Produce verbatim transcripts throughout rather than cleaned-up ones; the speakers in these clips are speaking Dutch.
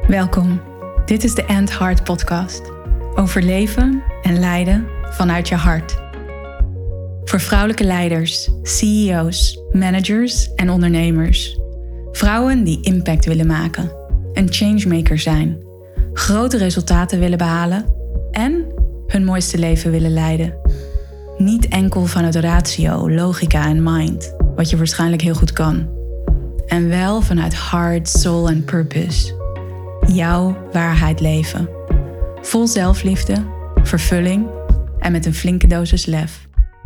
Welkom. Dit is de And Heart podcast. Over leven en leiden vanuit je hart. Voor vrouwelijke leiders, C E O's, managers en ondernemers. Vrouwen die impact willen maken. Een changemaker zijn. Grote resultaten willen behalen. En hun mooiste leven willen leiden. Niet enkel vanuit ratio, logica en mind. Wat je waarschijnlijk heel goed kan. En wel vanuit heart, soul en purpose. Jouw waarheid leven. Vol zelfliefde, vervulling en met een flinke dosis lef.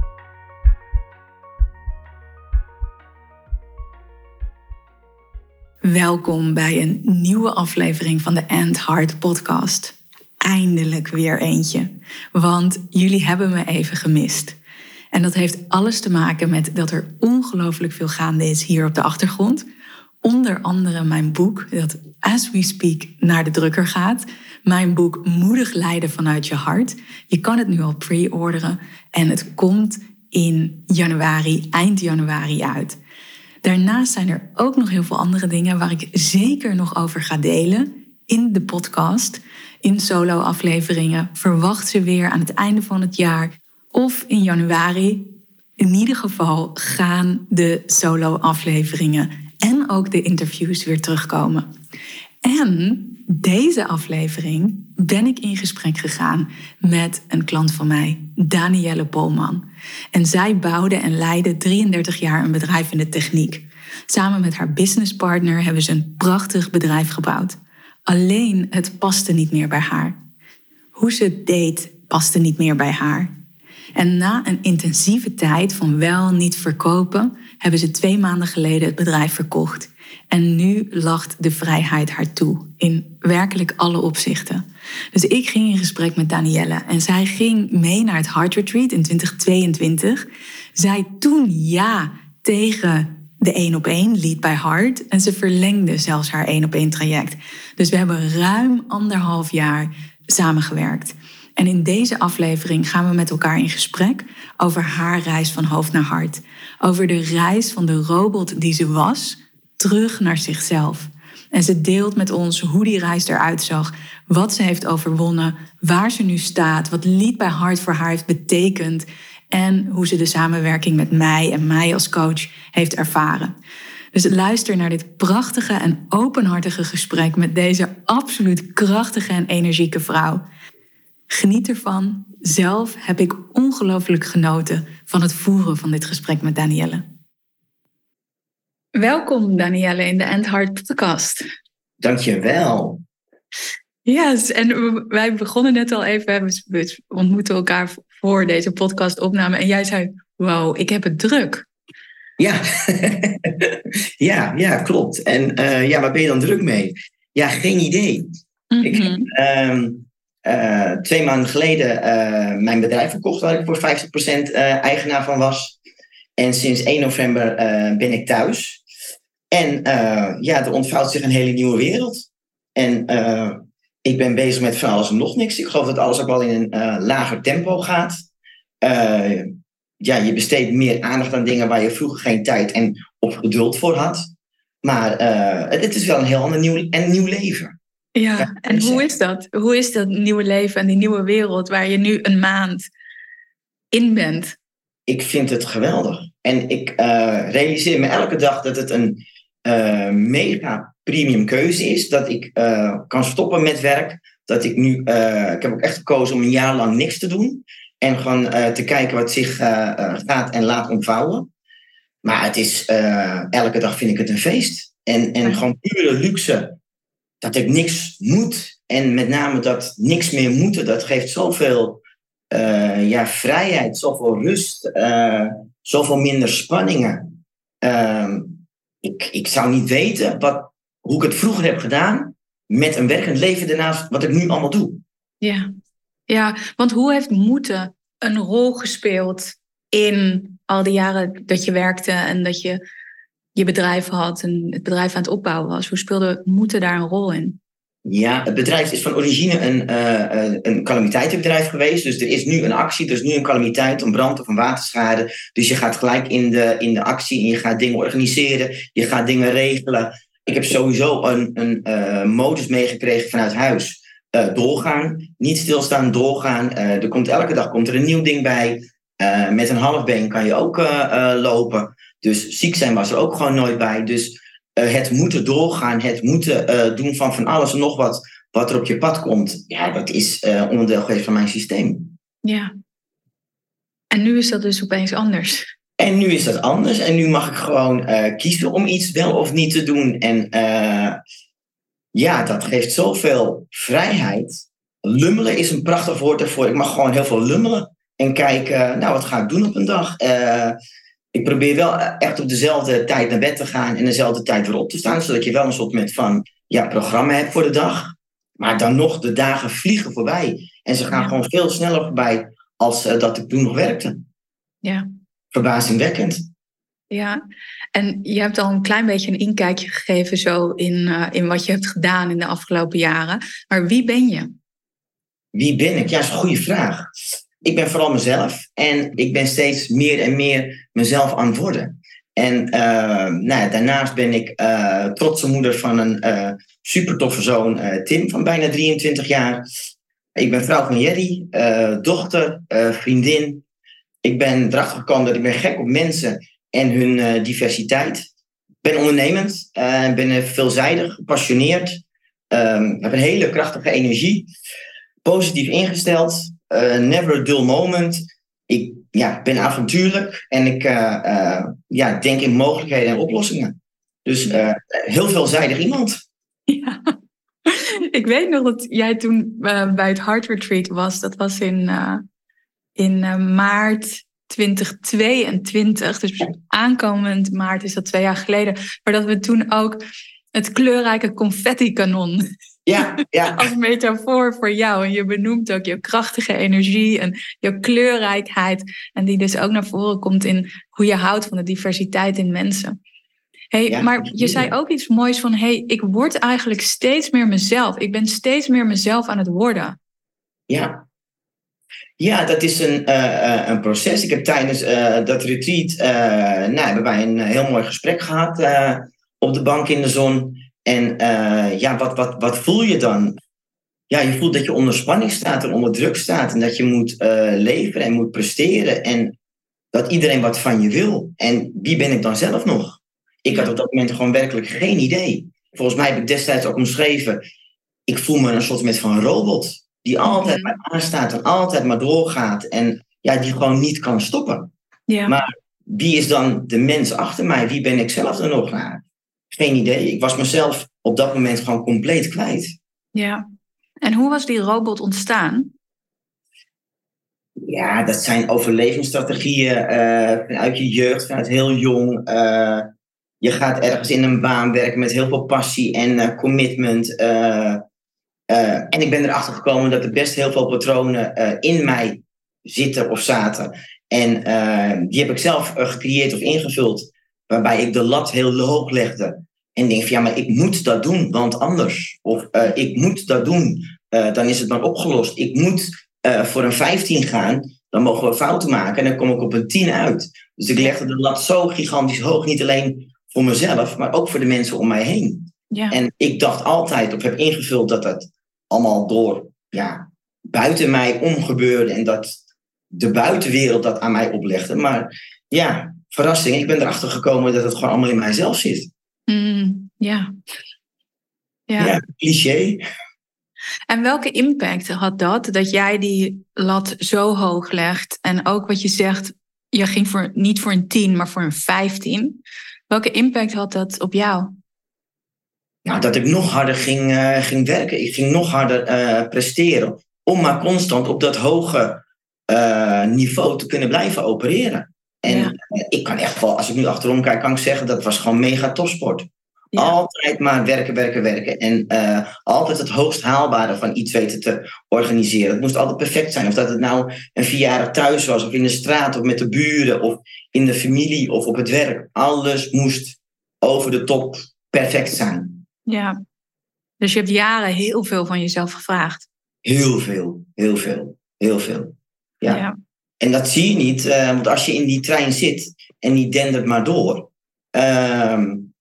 Welkom bij een nieuwe aflevering van de And Heart podcast. Eindelijk weer eentje, want jullie hebben me even gemist. En dat heeft alles te maken met dat er ongelooflijk veel gaande is hier op de achtergrond. Onder andere mijn boek, dat as we speak naar de drukker gaat. Mijn boek Moedig leiden vanuit je hart. Je kan het nu al pre-orderen en het komt in januari, eind januari uit. Daarnaast zijn er ook nog heel veel andere dingen waar ik zeker nog over ga delen in de podcast. In solo-afleveringen. Verwacht ze weer aan het einde van het jaar of in januari. In ieder geval gaan de solo-afleveringen en ook de interviews weer terugkomen. En deze aflevering ben ik in gesprek gegaan met een klant van mij, Danielle Polman. En zij bouwde en leidde drieëndertig jaar een bedrijf in de techniek. Samen met haar businesspartner hebben ze een prachtig bedrijf gebouwd. Alleen het paste niet meer bij haar. Hoe ze het deed, paste niet meer bij haar. En na een intensieve tijd van wel niet verkopen, hebben ze twee maanden geleden het bedrijf verkocht. En nu lacht de vrijheid haar toe, in werkelijk alle opzichten. Dus ik ging in gesprek met Danielle en zij ging mee naar het Heart Retreat in twintig tweeëntwintig. Zei toen ja tegen de één op één, Lead by Heart. En ze verlengde zelfs haar één op één traject. Dus we hebben ruim anderhalf jaar samengewerkt. En in deze aflevering gaan we met elkaar in gesprek over haar reis van hoofd naar hart. Over de reis van de robot die ze was, terug naar zichzelf. En ze deelt met ons hoe die reis eruit zag, wat ze heeft overwonnen, waar ze nu staat, wat Lead by Heart voor haar heeft betekend en hoe ze de samenwerking met mij en mij als coach heeft ervaren. Dus luister naar dit prachtige en openhartige gesprek met deze absoluut krachtige en energieke vrouw. Geniet ervan. Zelf heb ik ongelooflijk genoten van het voeren van dit gesprek met Danielle. Welkom Danielle in de And Heart podcast. Dankjewel. Ja, yes, en wij begonnen net al even, we ontmoeten elkaar voor deze podcast opname en jij zei, wow, ik heb het druk. Ja, ja, ja, klopt. En uh, ja, waar ben je dan druk mee? Ja, geen idee. Mm-hmm. Ik heb uh, uh, twee maanden geleden uh, mijn bedrijf verkocht, waar ik voor vijftig procent uh, eigenaar van was. En sinds één november uh, ben ik thuis. En uh, ja, er ontvouwt zich een hele nieuwe wereld. En uh, ik ben bezig met van alles en nog niks. Ik geloof dat alles ook wel in een uh, lager tempo gaat. Uh, ja, je besteedt meer aandacht aan dingen waar je vroeger geen tijd en of geduld voor had. Maar uh, het is wel een heel ander nieuw, en nieuw leven. Ja, en hoe is dat? Hoe is dat nieuwe leven en die nieuwe wereld waar je nu een maand in bent? Ik vind het geweldig. En ik uh, realiseer me elke dag dat het een uh, mega premium keuze is. Dat ik uh, kan stoppen met werk. Dat ik nu, uh, ik heb ook echt gekozen om een jaar lang niks te doen. En gewoon uh, te kijken wat zich uh, uh, gaat en laat ontvouwen. Maar het is, uh, elke dag vind ik het een feest. En, en ja. Gewoon pure luxe. Dat ik niks moet. En met name dat niks meer moeten. Dat geeft zoveel uh, ja, vrijheid, zoveel rust. Uh, zoveel minder spanningen. Uh, ik, ik zou niet weten wat, hoe ik het vroeger heb gedaan. Met een werkend leven daarnaast. Wat ik nu allemaal doe. Ja. Ja, want hoe heeft moeten een rol gespeeld in al die jaren dat je werkte en dat je je bedrijf had en het bedrijf aan het opbouwen was? Hoe speelde moeten daar een rol in? Ja, het bedrijf is van origine een, uh, een calamiteitenbedrijf geweest. Dus er is nu een actie, er is nu een calamiteit, een brand of een waterschade. Dus je gaat gelijk in de, in de actie en je gaat dingen organiseren, je gaat dingen regelen. Ik heb sowieso een, een uh, modus meegekregen vanuit huis. Uh, doorgaan, niet stilstaan, doorgaan. Uh, er komt, elke dag komt er een nieuw ding bij. Uh, met een half been kan je ook uh, uh, lopen. Dus ziek zijn was er ook gewoon nooit bij. Dus uh, het moeten doorgaan, het moeten uh, doen van van alles en nog wat... wat er op je pad komt, ja, dat is uh, onderdeel geweest van mijn systeem. Ja. En nu is dat dus opeens anders. En nu is dat anders. En nu mag ik gewoon uh, kiezen om iets wel of niet te doen. En uh, ja, dat geeft zoveel vrijheid. Lummelen is een prachtig woord ervoor. Ik mag gewoon heel veel lummelen. En kijken, nou, wat ga ik doen op een dag? Uh, ik probeer wel echt op dezelfde tijd naar bed te gaan... en dezelfde tijd weer op te staan. Zodat je wel een soort met van, ja, programma hebt voor de dag. Maar dan nog, de dagen vliegen voorbij. En ze gaan ja. gewoon veel sneller voorbij... als uh, dat ik toen nog werkte. Ja. Verbazingwekkend. Ja, en je hebt al een klein beetje een inkijkje gegeven... zo in, uh, in wat je hebt gedaan in de afgelopen jaren. Maar wie ben je? Wie ben ik? Ja, dat is een goede vraag. Ik ben vooral mezelf. En ik ben steeds meer en meer mezelf aan het worden. En uh, nou ja, daarnaast ben ik uh, trotse moeder van een uh, super toffe zoon, uh, Tim, van bijna drieëntwintig jaar. Ik ben vrouw van Jerry, uh, dochter, uh, vriendin. Ik ben erachter gekomen dat ik ben gek op mensen en hun uh, diversiteit. Ik ben ondernemend, uh, ben uh, veelzijdig, gepassioneerd. Um, heb een hele krachtige energie. Positief ingesteld. Uh, never a dull moment. Ik ja, ben avontuurlijk en ik uh, uh, ja, denk in mogelijkheden en oplossingen. Dus uh, heel veelzijdig iemand. Ja. Ik weet nog dat jij toen uh, bij het Heart Retreat was. Dat was in, uh, in uh, maart twintig tweeëntwintig. Dus aankomend maart is dat twee jaar geleden. Maar dat we toen ook het kleurrijke confetti-kanon... Ja, ja. als metafoor voor jou. En je benoemt ook je krachtige energie en je kleurrijkheid. En die dus ook naar voren komt in hoe je houdt van de diversiteit in mensen. Hey, ja, maar je zei ook iets moois van... hey, ik word eigenlijk steeds meer mezelf. Ik ben steeds meer mezelf aan het worden. Ja, ja dat is een, uh, een proces. Ik heb tijdens uh, dat retreat... Uh, nou, hebben wij een heel mooi gesprek gehad... Uh, op de bank in de zon. En uh, ja, wat, wat, wat voel je dan? Ja, je voelt dat je onder spanning staat en onder druk staat. En dat je moet uh, leveren en moet presteren. En dat iedereen wat van je wil. En wie ben ik dan zelf nog? Ik had op dat moment gewoon werkelijk geen idee. Volgens mij heb ik destijds ook omschreven... ik voel me een soort met van robot... die altijd maar aanstaat en altijd maar doorgaat... en ja, die gewoon niet kan stoppen. Ja. Maar wie is dan de mens achter mij? Wie ben ik zelf dan nog? Nou, geen idee. Ik was mezelf op dat moment gewoon compleet kwijt. Ja. En hoe was die robot ontstaan? Ja, dat zijn overlevingsstrategieën uh, vanuit je jeugd, vanuit heel jong... Uh, Je gaat ergens in een baan werken met heel veel passie en uh, commitment. Uh, uh, en ik ben erachter gekomen dat er best heel veel patronen uh, in mij zitten of zaten. En uh, die heb ik zelf uh, gecreëerd of ingevuld. Waarbij ik de lat heel hoog legde. En denk van ja, maar ik moet dat doen, want anders. Of uh, ik moet dat doen, uh, dan is het maar opgelost. Ik moet uh, voor een vijftien gaan, dan mogen we fouten maken. En dan kom ik op een tien uit. Dus ik legde de lat zo gigantisch hoog, niet alleen... voor mezelf, maar ook voor de mensen om mij heen. Ja. En ik dacht altijd, of heb ingevuld, dat dat allemaal door ja, buiten mij omgebeurde en dat de buitenwereld dat aan mij oplegde. Maar ja, verrassing, ik ben erachter gekomen dat het gewoon allemaal in mijzelf zit. Mm, ja. Ja. Ja, cliché. En welke impact had dat, dat jij die lat zo hoog legt en ook wat je zegt, je ging voor, niet voor een tien, maar voor een vijftien... Welke impact had dat op jou? Nou, dat ik nog harder ging, uh, ging werken. Ik ging nog harder uh, presteren. Om maar constant op dat hoge uh, niveau te kunnen blijven opereren. En ja. uh, ik kan echt wel, als ik nu achterom kijk, kan ik zeggen dat was gewoon mega topsport. Ja. Altijd maar werken, werken, werken. En uh, altijd het hoogst haalbare van iets weten te organiseren. Het moest altijd perfect zijn. Of dat het nou een verjaardag thuis was, of in de straat, of met de buren, of in de familie, of op het werk. Alles moest over de top perfect zijn. Ja, dus je hebt jaren heel veel van jezelf gevraagd. Heel veel, heel veel, heel veel. Ja. ja. En dat zie je niet, uh, want als je in die trein zit en die dendert maar door... Uh,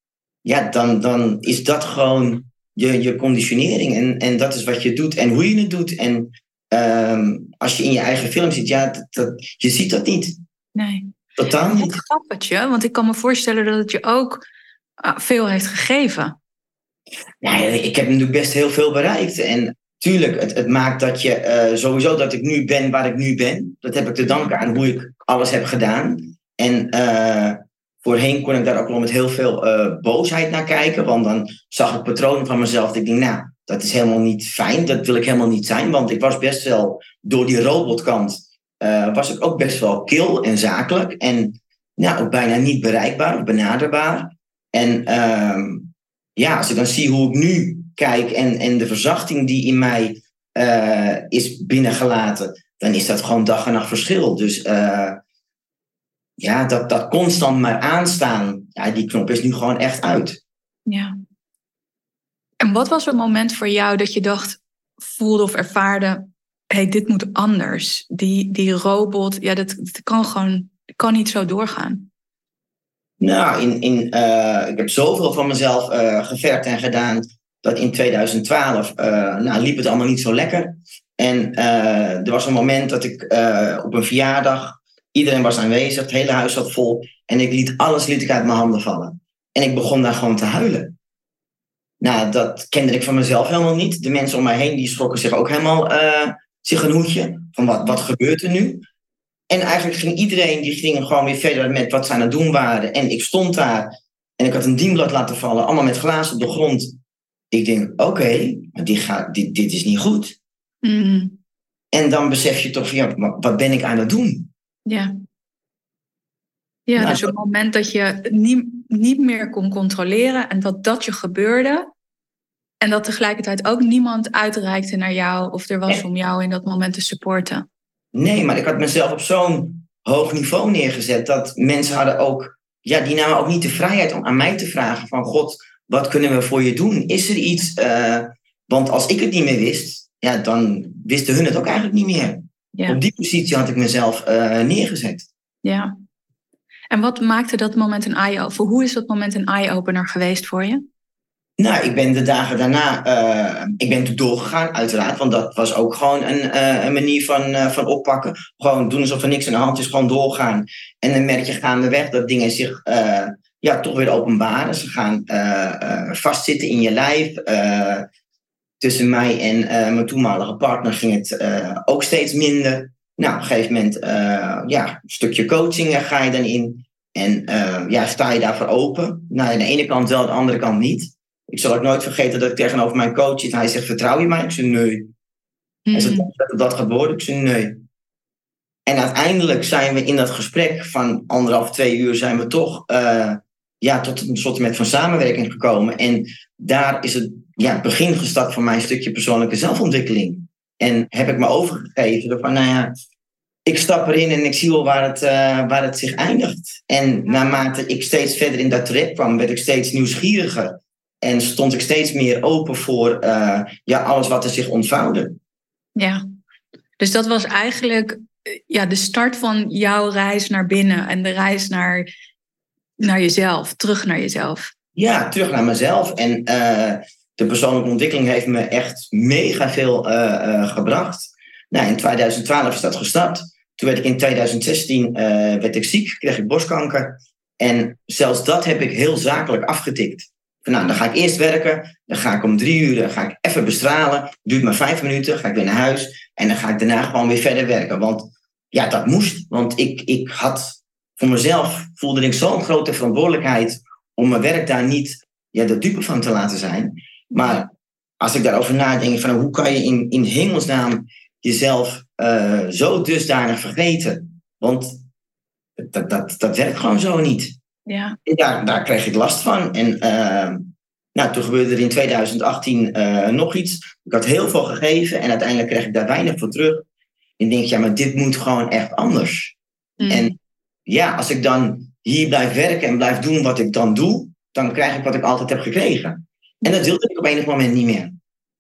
ja, dan, dan is dat gewoon je, je conditionering. En, en dat is wat je doet en hoe je het doet. En um, als je in je eigen film zit, ja, dat, dat, je ziet dat niet. Nee. Totaal niet. Wat gaf het je? Want ik kan me voorstellen dat het je ook uh, veel heeft gegeven. Ja, ik heb natuurlijk best heel veel bereikt. En tuurlijk, het, het maakt dat je uh, sowieso dat ik nu ben waar ik nu ben. Dat heb ik te danken aan hoe ik alles heb gedaan. En uh, voorheen kon ik daar ook wel met heel veel uh, boosheid naar kijken. Want dan zag ik patronen van mezelf. Dat ik denk, nou, dat is helemaal niet fijn. Dat wil ik helemaal niet zijn. Want ik was best wel, door die robotkant, uh, was ik ook best wel kil en zakelijk. En nou, ook bijna niet bereikbaar of benaderbaar. En uh, ja, als ik dan zie hoe ik nu kijk en, en de verzachting die in mij uh, is binnengelaten, dan is dat gewoon dag en nacht verschil. Dus uh, ja, dat, dat constant maar aanstaan, ja, die knop is nu gewoon echt uit. Ja. En wat was het moment voor jou dat je dacht, voelde of ervaarde, hé, hey, dit moet anders. Die, die robot, ja, dat, dat kan gewoon, kan niet zo doorgaan. Nou, in, in, uh, ik heb zoveel van mezelf uh, geverkt en gedaan, dat in tweeduizend twaalf uh, nou, liep het allemaal niet zo lekker. En uh, er was een moment dat ik uh, op een verjaardag, iedereen was aanwezig, het hele huis zat vol. En ik liet alles liet ik uit mijn handen vallen. En ik begon daar gewoon te huilen. Nou, dat kende ik van mezelf helemaal niet. De mensen om mij heen die schrokken zich ook helemaal uh, zich een hoedje. Van wat, wat gebeurt er nu? En eigenlijk ging iedereen die ging gewoon weer verder met wat ze aan het doen waren. En ik stond daar en ik had een dienblad laten vallen, allemaal met glazen op de grond. Ik denk, oké, okay, maar dit, gaat, dit, dit is niet goed. Mm. En dan besef je toch van, ja, wat ben ik aan het doen? Ja. Ja, nou, dus op het moment dat je niet, niet meer kon controleren en dat dat je gebeurde. En dat tegelijkertijd ook niemand uitreikte naar jou of er was om jou in dat moment te supporten. Nee, maar ik had mezelf op zo'n hoog niveau neergezet dat mensen hadden ook, ja, die namen ook niet de vrijheid om aan mij te vragen van, God, wat kunnen we voor je doen? Is er iets? Uh, want als ik het niet meer wist, ja, dan wisten hun het ook eigenlijk niet meer. Ja. Op die positie had ik mezelf uh, neergezet. Ja. En wat maakte dat moment een eye-opener? Hoe is dat moment een eye-opener geweest voor je? Nou, ik ben de dagen daarna, uh, ik ben toen doorgegaan, uiteraard. Want dat was ook gewoon een, uh, een manier van, uh, van oppakken. Gewoon doen alsof er niks aan de hand is, gewoon doorgaan. En dan merk je gaandeweg dat dingen zich uh, ja, toch weer openbaren. Ze gaan uh, uh, vastzitten in je lijf. Uh, tussen mij en uh, mijn toenmalige partner ging het uh, ook steeds minder. Nou, op een gegeven moment, uh, ja, een stukje coaching ga je dan in. En uh, ja, sta je daarvoor open. Nou, aan de ene kant wel, aan de andere kant niet. Ik zal ook nooit vergeten dat ik tegenover mijn coach zit. Hij zegt, vertrouw je mij? Ik zeg, nee. Mm. Hij zegt, dat dat gaat worden? Ik zeg, nee. En uiteindelijk zijn we in dat gesprek van anderhalf, twee uur... zijn we toch uh, ja, tot een soort met van samenwerking gekomen. En daar is het ja, begin gestart van mijn stukje persoonlijke zelfontwikkeling. En heb ik me overgegeven van, nou ja, ik stap erin en ik zie wel waar het, uh, waar het zich eindigt. En naarmate ik steeds verder in dat traject kwam, werd ik steeds nieuwsgieriger. En stond ik steeds meer open voor uh, ja, alles wat er zich ontvouwde. Ja, dus dat was eigenlijk ja, de start van jouw reis naar binnen. En de reis naar, naar jezelf, terug naar jezelf. Ja, terug naar mezelf. En uh, de persoonlijke ontwikkeling heeft me echt mega veel uh, uh, gebracht. Nou, in tweeduizend twaalf is dat gestart. Toen werd ik in tweeduizend zestien uh, werd ik ziek, kreeg ik borstkanker. En zelfs dat heb ik heel zakelijk afgetikt. Nou, dan ga ik eerst werken, dan ga ik om drie uur dan ga ik even bestralen. Duurt maar vijf minuten, ga ik weer naar huis. En dan ga ik daarna gewoon weer verder werken. Want ja, dat moest. Want ik, ik had voor mezelf, voelde ik zo'n grote verantwoordelijkheid om mijn werk daar niet ja, de dupe van te laten zijn. Maar als ik daarover nadenk, van hoe kan je in, in hemelsnaam jezelf uh, zo dusdanig vergeten? Want dat, dat, dat werkt gewoon zo niet. Ja. Daar, daar kreeg ik last van. En uh, nou, toen gebeurde er in tweeduizend achttien uh, nog iets. Ik had heel veel gegeven en uiteindelijk kreeg ik daar weinig voor terug. En denk, ja, maar dit moet gewoon echt anders. Mm. En ja, als ik dan hier blijf werken en blijf doen wat ik dan doe, dan krijg ik wat ik altijd heb gekregen. En dat wilde ik op enig moment niet meer.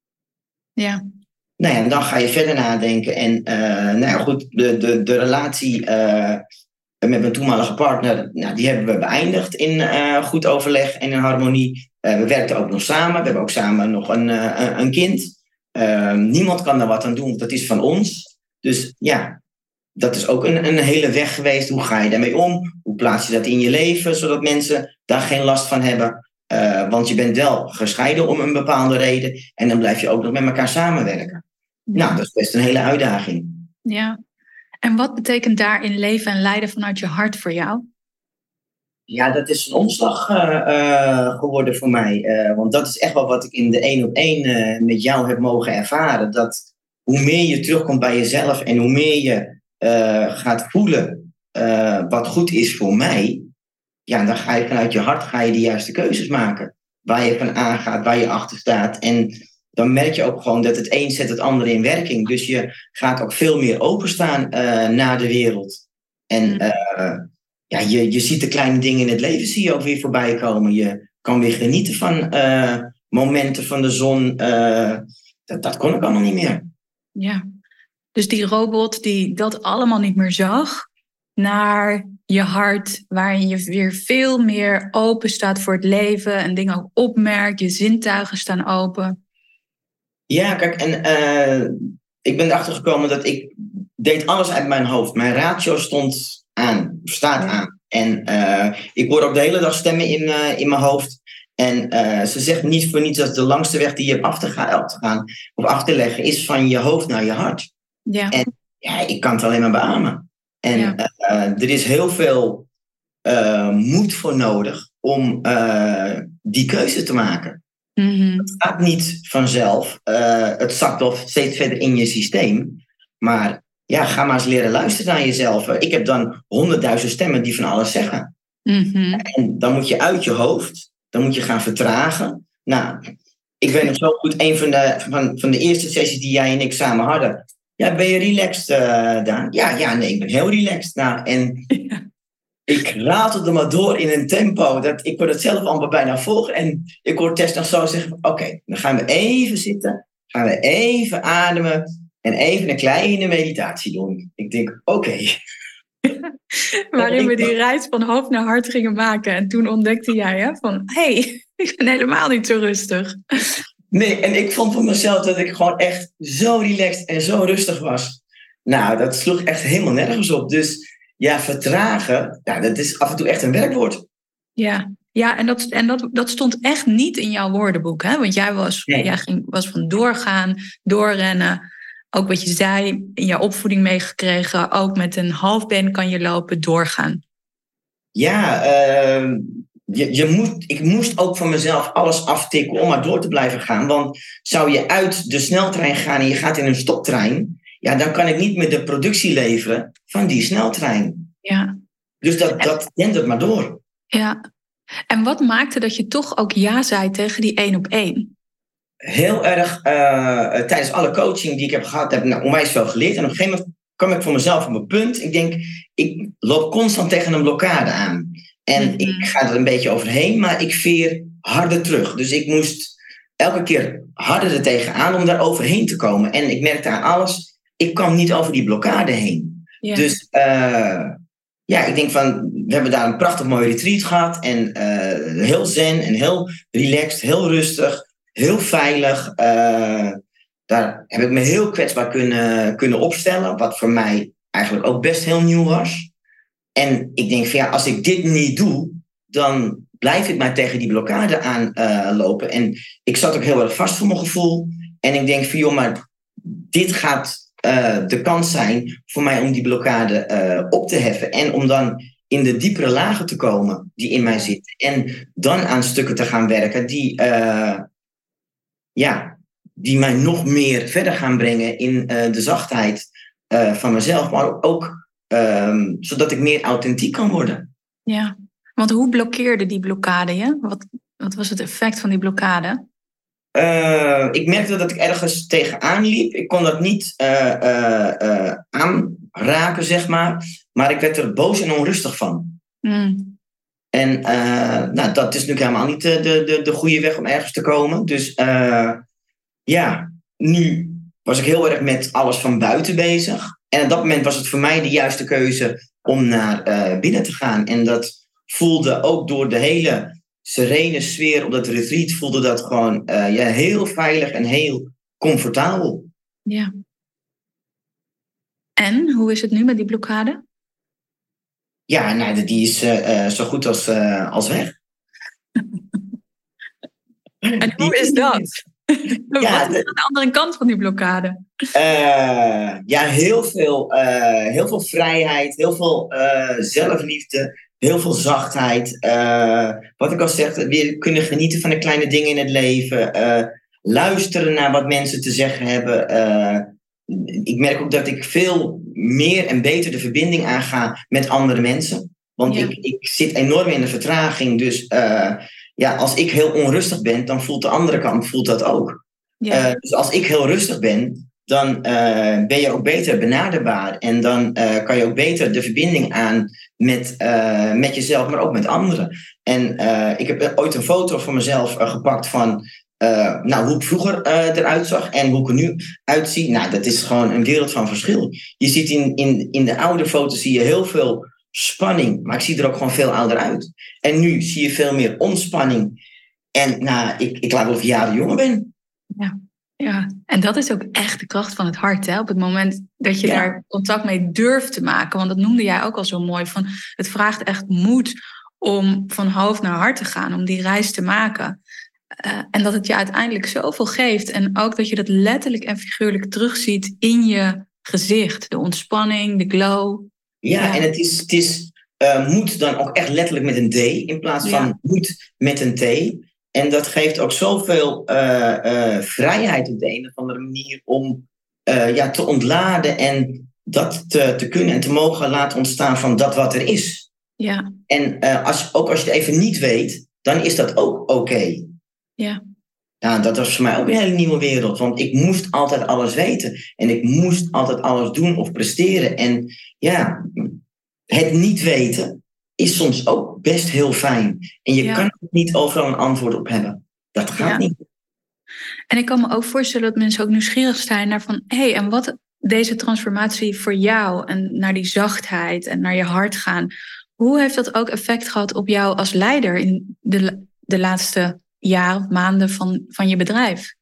Ja. Nou ja, en dan ga je verder nadenken. En uh, nou ja, goed, de, de, de relatie uh, met mijn toenmalige partner, nou, die hebben we beëindigd in uh, goed overleg en in harmonie. Uh, we werkten ook nog samen. We hebben ook samen nog een, uh, een kind. Uh, niemand kan daar wat aan doen, want dat is van ons. Dus ja, dat is ook een, een hele weg geweest. Hoe ga je daarmee om? Hoe plaats je dat in je leven, zodat mensen daar geen last van hebben? Uh, want je bent wel gescheiden om een bepaalde reden. En dan blijf je ook nog met elkaar samenwerken. Ja. Nou, dat is best een hele uitdaging. Ja. En wat betekent daarin leven en leiden vanuit je hart voor jou? Ja, dat is een omslag uh, uh, geworden voor mij. Uh, want dat is echt wel wat ik in de één op één uh, met jou heb mogen ervaren. Dat hoe meer je terugkomt bij jezelf en hoe meer je uh, gaat voelen uh, wat goed is voor mij. Ja, dan ga je vanuit je hart ga je de juiste keuzes maken. Waar je van aangaat, waar je achter staat. En dan merk je ook gewoon dat het een zet het andere in werking. Dus je gaat ook veel meer openstaan uh, naar de wereld. En uh, ja, je, je ziet de kleine dingen in het leven zie je ook weer voorbij komen. Je kan weer genieten van uh, momenten van de zon. Uh, dat, dat kon ik allemaal niet meer. Ja, dus die robot die dat allemaal niet meer zag, naar je hart, waarin je weer veel meer open staat voor het leven en dingen ook opmerkt, je zintuigen staan open. Ja, kijk, en uh, ik ben erachter gekomen dat ik deed alles uit mijn hoofd. Mijn ratio stond aan, staat aan. En uh, ik hoor ook de hele dag stemmen in, uh, in mijn hoofd. En uh, ze zegt niet voor niets dat de langste weg die je hebt af te gaan, af te gaan of af te leggen, is van je hoofd naar je hart. Ja. En ja, ik kan het alleen maar beamen. En ja. uh, er is heel veel uh, moed voor nodig om uh, die keuze te maken. Mm-hmm. Het gaat niet vanzelf. Uh, het zakt wel steeds verder in je systeem. Maar ja, ga maar eens leren luisteren naar jezelf. Ik heb dan honderdduizend stemmen die van alles zeggen. Mm-hmm. En dan moet je uit je hoofd. Dan moet je gaan vertragen. Nou, ik weet nog zo goed, een van de, van, van de eerste sessies die jij en ik samen hadden. Ja, ben je relaxed, uh, Daan? Ja, ja, nee, ik ben heel relaxed. Nou, en ja. Ik ratelde maar door in een tempo. Dat, ik kon het zelf amper bijna volgen. En ik hoor Tess nog zo zeggen, oké, okay, dan gaan we even zitten. Gaan we even ademen. En even een kleine meditatie doen. Ik denk, oké. Okay. Waarin we die reis van hoofd naar hart gingen maken. En toen ontdekte jij hè, van, hé, hey, ik ben helemaal niet zo rustig. Nee, en ik vond van mezelf dat ik gewoon echt zo relaxed en zo rustig was. Nou, dat sloeg echt helemaal nergens op. Dus ja, vertragen, nou, dat is af en toe echt een werkwoord. Ja, ja en, dat, en dat, dat stond echt niet in jouw woordenboek. Hè? Want jij was, nee. jij ging, was van doorgaan, doorrennen. Ook wat je zei, in jouw opvoeding meegekregen. Ook met een halfbeen kan je lopen, doorgaan. Ja, uh, je, je moet, ik moest ook van mezelf alles aftikken om maar door te blijven gaan. Want zou je uit de sneltrein gaan en je gaat in een stoptrein, ja, dan kan ik niet meer de productie leveren van die sneltrein. Ja. Dus dat, dat dendert maar door. Ja. En wat maakte dat je toch ook ja zei tegen die één op één? Heel erg, uh, tijdens alle coaching die ik heb gehad, heb ik nou onwijs veel geleerd. En op een gegeven moment kwam ik voor mezelf op mijn punt. Ik denk, ik loop constant tegen een blokkade aan. En mm-hmm. ik ga er een beetje overheen, maar ik veer harder terug. Dus ik moest elke keer harder er tegenaan om daar overheen te komen. En ik merkte aan alles, ik kwam niet over die blokkade heen. Yeah. Dus uh, ja, ik denk van, we hebben daar een prachtig mooi retreat gehad. En uh, heel zen en heel relaxed, heel rustig. Heel veilig. Uh, daar heb ik me heel kwetsbaar kunnen, kunnen opstellen. Wat voor mij eigenlijk ook best heel nieuw was. En ik denk van ja, als ik dit niet doe, dan blijf ik maar tegen die blokkade aan uh, lopen. En ik zat ook heel erg vast voor mijn gevoel. En ik denk van joh, maar dit gaat uh, de kans zijn voor mij om die blokkade uh, op te heffen. En om dan in de diepere lagen te komen die in mij zitten. En dan aan stukken te gaan werken die... Uh, Ja, die mij nog meer verder gaan brengen in uh, de zachtheid uh, van mezelf. Maar ook um, zodat ik meer authentiek kan worden. Ja, want hoe blokkeerde die blokkade je? Wat, wat was het effect van die blokkade? Uh, ik merkte dat ik ergens tegenaan liep. Ik kon dat niet uh, uh, uh, aanraken, zeg maar. Maar ik werd er boos en onrustig van. Mm. En uh, nou, dat is natuurlijk helemaal niet de, de, de goede weg om ergens te komen. Dus uh, ja, nu was ik heel erg met alles van buiten bezig. En op dat moment was het voor mij de juiste keuze om naar uh, binnen te gaan. En dat voelde ook door de hele serene sfeer op dat retreat, voelde dat gewoon uh, ja, heel veilig en heel comfortabel. Ja. En hoe is het nu met die blokkade? Ja, nou, die is uh, uh, zo goed als, uh, als weg. En hoe is dat? Ja, Wat is de andere kant van die blokkade? Uh, ja, heel veel, uh, heel veel vrijheid, heel veel uh, zelfliefde, heel veel zachtheid. Uh, wat ik al zeg, weer kunnen genieten van de kleine dingen in het leven. Uh, luisteren naar wat mensen te zeggen hebben. Uh, ik merk ook dat ik veel meer en beter de verbinding aanga met andere mensen. Want ja. ik, ik zit enorm in de vertraging. Dus uh, ja, als ik heel onrustig ben, dan voelt de andere kant voelt dat ook. Ja. Uh, dus als ik heel rustig ben, dan uh, ben je ook beter benaderbaar. En dan uh, kan je ook beter de verbinding aan met, uh, met jezelf, maar ook met anderen. En uh, ik heb ooit een foto van mezelf uh, gepakt van uh, nou, hoe ik vroeger uh, eruit zag en hoe ik er nu uitzie. Nou, dat is gewoon een wereld van verschil. Je ziet in, in, in de oude foto's zie je heel veel spanning, maar ik zie er ook gewoon veel ouder uit. En nu zie je veel meer ontspanning. En nou, ik, ik laat wel of jaren jonger ben. Ja. Ja, en dat is ook echt de kracht van het hart. Hè? Op het moment dat je ja. daar contact mee durft te maken. Want dat noemde jij ook al zo mooi. Van, het vraagt echt moed om van hoofd naar hart te gaan. Om die reis te maken. Uh, en dat het je uiteindelijk zoveel geeft. En ook dat je dat letterlijk en figuurlijk terugziet in je gezicht. De ontspanning, de glow. Ja, ja. En het is, het is uh, moed dan ook echt letterlijk met een D. In plaats van ja. moed met een T. En dat geeft ook zoveel uh, uh, vrijheid op de een of andere manier om uh, ja, te ontladen en dat te, te kunnen en te mogen laten ontstaan van dat wat er is. Ja. En uh, als, ook als je het even niet weet, dan is dat ook oké. Okay. Ja. Nou, dat was voor mij ook een hele nieuwe wereld, want ik moest altijd alles weten en ik moest altijd alles doen of presteren. En ja, het niet weten is soms ook best heel fijn. En je ja. kan er niet overal een antwoord op hebben. Dat gaat ja. niet. En ik kan me ook voorstellen dat mensen ook nieuwsgierig zijn naar van, hé, hey, en wat deze transformatie voor jou en naar die zachtheid en naar je hart gaan, hoe heeft dat ook effect gehad op jou als leider in de, de laatste jaren of maanden van, van je bedrijf?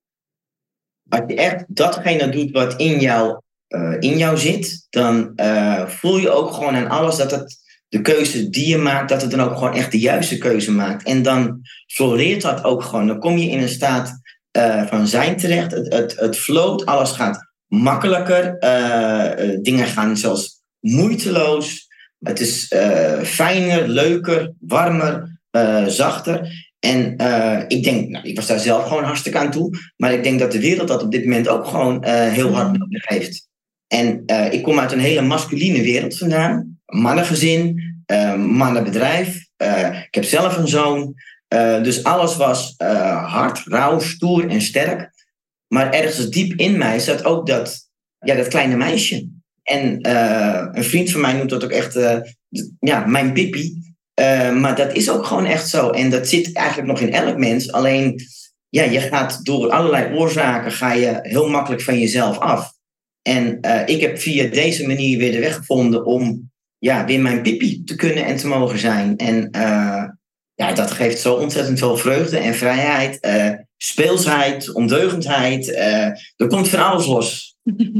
Als je echt datgene doet wat in jou, uh, in jou zit, dan uh, voel je ook gewoon aan alles dat het de keuze die je maakt, dat het dan ook gewoon echt de juiste keuze maakt. En dan floreert dat ook gewoon. Dan kom je in een staat uh, van zijn terecht. Het, het, het float, alles gaat makkelijker. Uh, uh, dingen gaan zelfs moeiteloos. Het is uh, fijner, leuker, warmer, uh, zachter. En uh, ik denk, nou, ik was daar zelf gewoon hartstikke aan toe. Maar ik denk dat de wereld dat op dit moment ook gewoon uh, heel hard nodig heeft. En uh, ik kom uit een hele masculine wereld vandaan. Mannengezin, uh, mannenbedrijf. Uh, ik heb zelf een zoon. Uh, dus alles was uh, hard, rauw, stoer en sterk. Maar ergens diep in mij zat ook dat, ja, dat kleine meisje. En uh, een vriend van mij noemt dat ook echt uh, d- ja, mijn pippie. Uh, maar dat is ook gewoon echt zo. En dat zit eigenlijk nog in elk mens. Alleen, ja, je gaat door allerlei oorzaken ga je heel makkelijk van jezelf af. En uh, ik heb via deze manier weer de weg gevonden om ja, weer mijn pippie te kunnen en te mogen zijn. En uh, ja, dat geeft zo ontzettend veel vreugde en vrijheid, uh, speelsheid, ondeugendheid. Uh, er komt van alles los.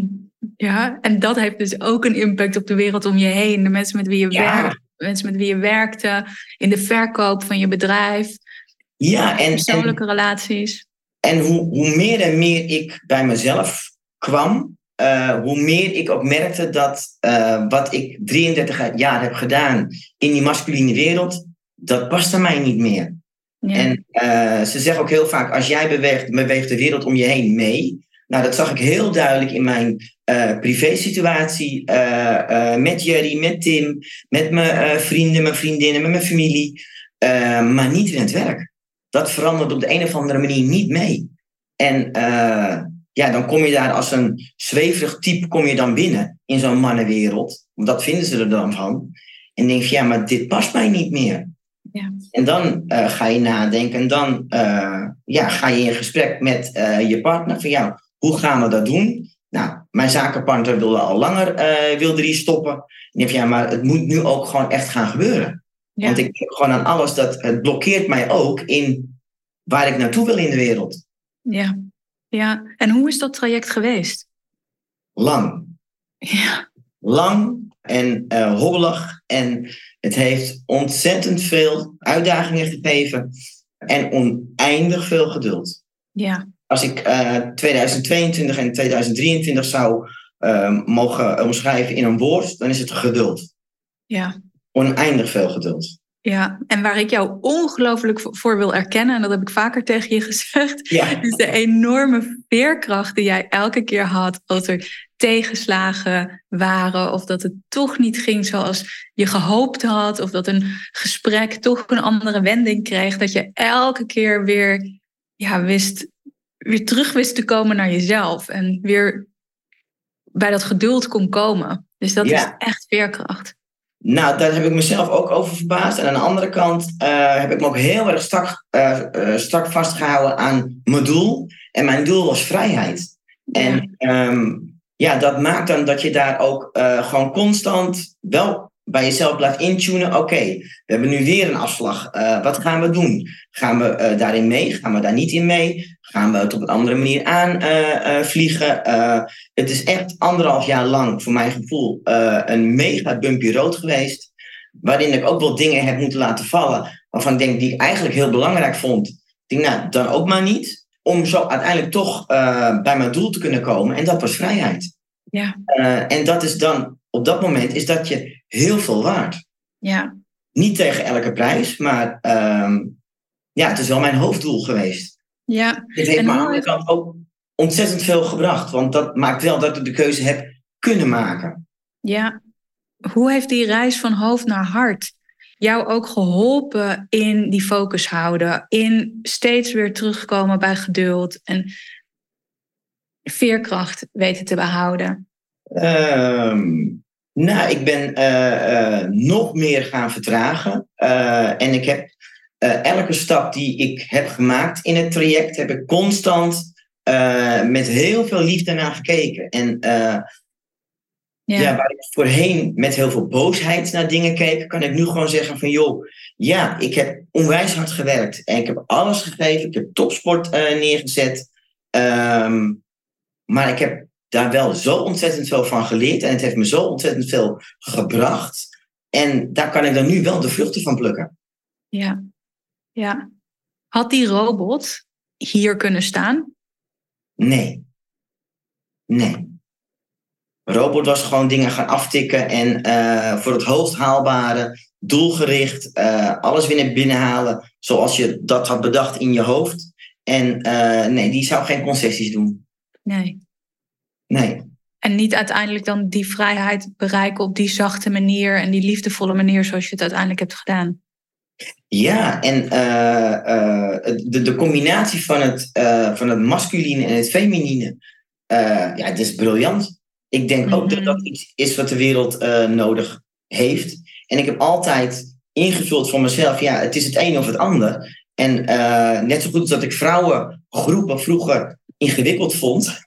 Ja, en dat heeft dus ook een impact op de wereld om je heen. De mensen met wie je ja. werkt, de mensen met wie je werkte, in de verkoop van je bedrijf. Ja, en persoonlijke en, relaties. En hoe, hoe meer en meer ik bij mezelf kwam, Uh, hoe meer ik ook merkte dat uh, wat ik drieëndertig jaar heb gedaan in die masculine wereld, dat paste mij niet meer. Ja. En uh, ze zeggen ook heel vaak, als jij beweegt, beweegt de wereld om je heen mee. Nou, dat zag ik heel duidelijk in mijn uh, privésituatie uh, uh, met Jerry, met Tim, met mijn uh, vrienden, mijn vriendinnen, met mijn familie. Uh, maar niet in het werk. Dat verandert op de een of andere manier niet mee. En uh, ja, dan kom je daar als een zweverig type kom je dan binnen in zo'n mannenwereld. Want dat vinden ze er dan van. En denk je, ja, maar dit past mij niet meer. Ja. En dan uh, ga je nadenken en dan uh, ja, ga je in gesprek met uh, je partner van, ja, hoe gaan we dat doen? Nou, mijn zakenpartner wilde al langer uh, wilde die stoppen. En ik dacht, ja, maar het moet nu ook gewoon echt gaan gebeuren. Ja. Want ik denk gewoon aan alles, dat het blokkeert mij ook in waar ik naartoe wil in de wereld. Ja, ja. En hoe is dat traject geweest? Lang. Ja. Lang en uh, hobbelig. En het heeft ontzettend veel uitdagingen gegeven. En oneindig veel geduld. Ja. Als ik uh, tweeduizend tweeëntwintig en tweeduizend drieëntwintig zou uh, mogen omschrijven in een woord, dan is het geduld. Ja. Oneindig veel geduld. Ja, en waar ik jou ongelooflijk voor wil erkennen, en dat heb ik vaker tegen je gezegd, ja. is de enorme veerkracht die jij elke keer had als er tegenslagen waren, of dat het toch niet ging zoals je gehoopt had, of dat een gesprek toch een andere wending kreeg, dat je elke keer weer, ja, wist, weer terug wist te komen naar jezelf en weer bij dat geduld kon komen. Dus dat ja. is echt veerkracht. Nou, daar heb ik mezelf ook over verbaasd. En aan de andere kant uh, heb ik me ook heel erg strak, uh, uh, strak vastgehouden aan mijn doel. En mijn doel was vrijheid. Ja. En um, ja, dat maakt dan dat je daar ook uh, gewoon constant wel bij jezelf blijft intunen. Oké, okay, we hebben nu weer een afslag. Uh, wat gaan we doen? Gaan we uh, daarin mee? Gaan we daar niet in mee? Gaan we het op een andere manier aan uh, uh, vliegen? Uh, het is echt anderhalf jaar lang, voor mijn gevoel, uh, een mega bumpy road geweest. Waarin ik ook wel dingen heb moeten laten vallen. Waarvan ik denk, die ik eigenlijk heel belangrijk vond. Ik denk, nou, dan ook maar niet. Om zo uiteindelijk toch uh, bij mijn doel te kunnen komen. En dat was vrijheid. Ja. Uh, en dat is dan, op dat moment, is dat je heel veel waard. Ja. Niet tegen elke prijs, maar um, ja, het is wel mijn hoofddoel geweest. Ja. Het heeft en me aan de andere kant ook ontzettend veel gebracht. Want dat maakt wel dat ik de keuze heb kunnen maken. Ja. Hoe heeft die reis van hoofd naar hart jou ook geholpen in die focus houden? In steeds weer terugkomen bij geduld en veerkracht weten te behouden? Um, nou, ik ben uh, uh, nog meer gaan vertragen. Uh, en ik heb uh, elke stap die ik heb gemaakt in het traject, heb ik constant uh, met heel veel liefde naar gekeken. En uh, ja. ja, waar ik voorheen met heel veel boosheid naar dingen keek, kan ik nu gewoon zeggen van joh, ja, ik heb onwijs hard gewerkt. En ik heb alles gegeven. Ik heb topsport uh, neergezet. Um, maar ik heb daar wel zo ontzettend veel van geleerd. En het heeft me zo ontzettend veel gebracht. En daar kan ik dan nu wel de vruchten van plukken. Ja, ja. Had die robot hier kunnen staan? Nee. Nee. Robot was gewoon dingen gaan aftikken. En uh, voor het hoogst haalbare, doelgericht, uh, alles weer binnenhalen. Zoals je dat had bedacht in je hoofd. En uh, nee, die zou geen concessies doen. Nee. Nee. En niet uiteindelijk dan die vrijheid bereiken op die zachte manier en die liefdevolle manier zoals je het uiteindelijk hebt gedaan. Ja, en uh, uh, de, de combinatie van het, uh, van het masculine en het feminine, uh, ja, het is briljant. Ik denk mm-hmm. ook dat dat iets is wat de wereld uh, nodig heeft. En ik heb altijd ingevuld voor mezelf, ja, het is het een of het ander. En uh, net zo goed als dat ik vrouwengroepen vroeger ingewikkeld vond.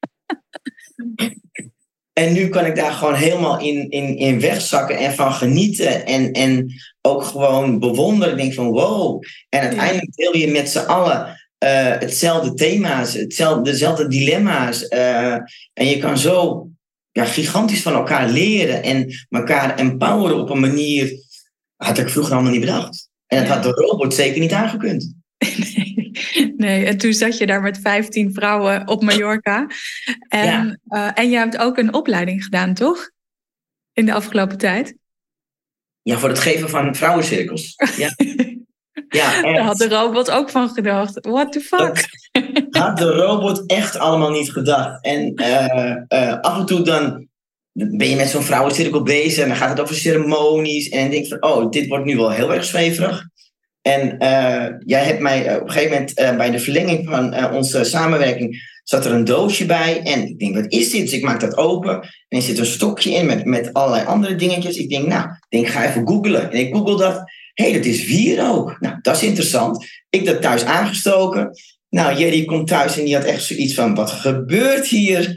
En nu kan ik daar gewoon helemaal in, in, in wegzakken en van genieten. En, en ook gewoon bewonderen. Ik denk van wow. En uiteindelijk deel je met z'n allen uh, hetzelfde thema's, hetzelfde, dezelfde dilemma's. Uh, en je kan zo ja, gigantisch van elkaar leren en elkaar empoweren op een manier. Had ik vroeger allemaal niet bedacht. En dat ja. had de robot zeker niet aangekund. Nee. Nee, en toen zat je daar met vijftien vrouwen op Mallorca. En, ja. uh, en je hebt ook een opleiding gedaan, toch? In de afgelopen tijd. Ja, voor het geven van vrouwencirkels. Ja. Ja, daar had de robot ook van gedacht. What the fuck? Dat had de robot echt allemaal niet gedacht. En uh, uh, af en toe dan ben je met zo'n vrouwencirkel bezig. En dan gaat het over ceremonies. En dan denk je van, oh, dit wordt nu wel heel erg zweverig. En uh, jij hebt mij uh, op een gegeven moment uh, bij de verlenging van uh, onze samenwerking zat er een doosje bij. En ik denk, wat is dit? Dus ik maak dat open. En er zit een stokje in met, met allerlei andere dingetjes. Ik denk, nou, ik denk, ga even googlen. En ik google dat. Hé, hey, dat is wierook. Nou, dat is interessant. Ik dat thuis aangestoken. Nou, Jerry komt thuis en die had echt zoiets van, wat gebeurt hier?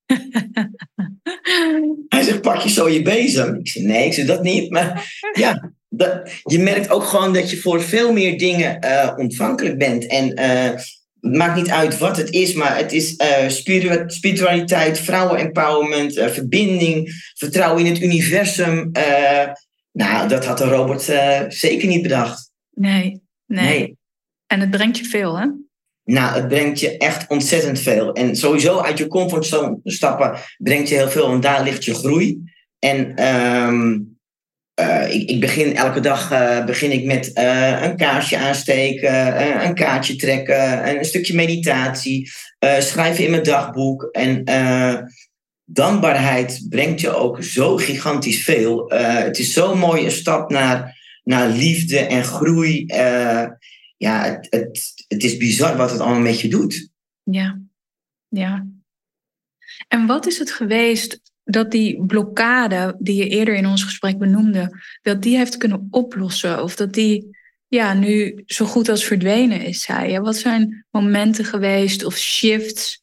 Hij zegt, pak je zo je bezem? Ik zeg, nee, ik zeg dat niet. Maar ja, dat, je merkt ook gewoon dat je voor veel meer dingen uh, ontvankelijk bent. En uh, het maakt niet uit wat het is, maar het is uh, spiritu- spiritualiteit, vrouwen-empowerment, uh, verbinding, vertrouwen in het universum. Uh, nou, dat had de Robert uh, zeker niet bedacht. Nee, nee, nee. En het brengt je veel, hè? Nou, het brengt je echt ontzettend veel. En sowieso uit je comfortzone stappen brengt je heel veel. En daar ligt je groei. En um, uh, ik, ik begin elke dag uh, begin ik met uh, een kaarsje aansteken, uh, een kaartje trekken, een stukje meditatie, uh, schrijven in mijn dagboek. En uh, dankbaarheid brengt je ook zo gigantisch veel. Uh, het is zo'n mooie stap naar, naar liefde en groei. Uh, ja, het, het, het is bizar wat het allemaal met je doet. Ja, ja. En wat is het geweest dat die blokkade die je eerder in ons gesprek benoemde, dat die heeft kunnen oplossen? Of dat die ja, nu zo goed als verdwenen is, zei je? Wat zijn momenten geweest of shifts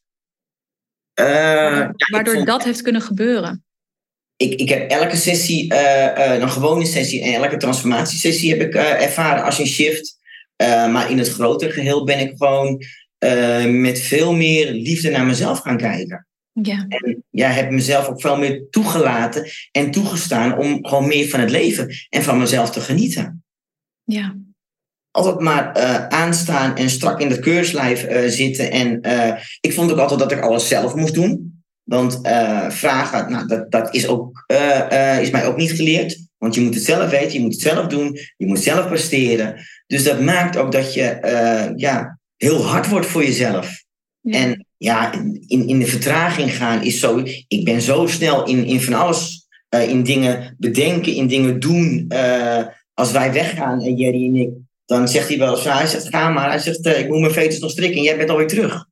uh, waardoor, ja, waardoor vond, dat heeft kunnen gebeuren? Ik, ik heb elke sessie, uh, uh, een gewone sessie en elke transformatiesessie heb ik uh, ervaren als een shift. Uh, maar in het grotere geheel ben ik gewoon uh, met veel meer liefde naar mezelf gaan kijken. Ja. En ja, heb mezelf ook veel meer toegelaten en toegestaan om gewoon meer van het leven en van mezelf te genieten. Ja. Altijd maar uh, aanstaan en strak in het keurslijf uh, zitten. En uh, ik vond ook altijd dat ik alles zelf moest doen. Want uh, vragen, nou, dat, dat is, ook, uh, uh, is mij ook niet geleerd. Want je moet het zelf weten, je moet het zelf doen, je moet zelf presteren. Dus dat maakt ook dat je uh, ja, heel hard wordt voor jezelf. Ja. En ja, in, in de vertraging gaan is zo... Ik ben zo snel in, in van alles, uh, in dingen bedenken, in dingen doen. Uh, als wij weggaan, en Jerry en ik, dan zegt hij wel eens, hij zegt, ga maar. Hij zegt, uh, ik moet mijn veters nog strikken en jij bent alweer terug.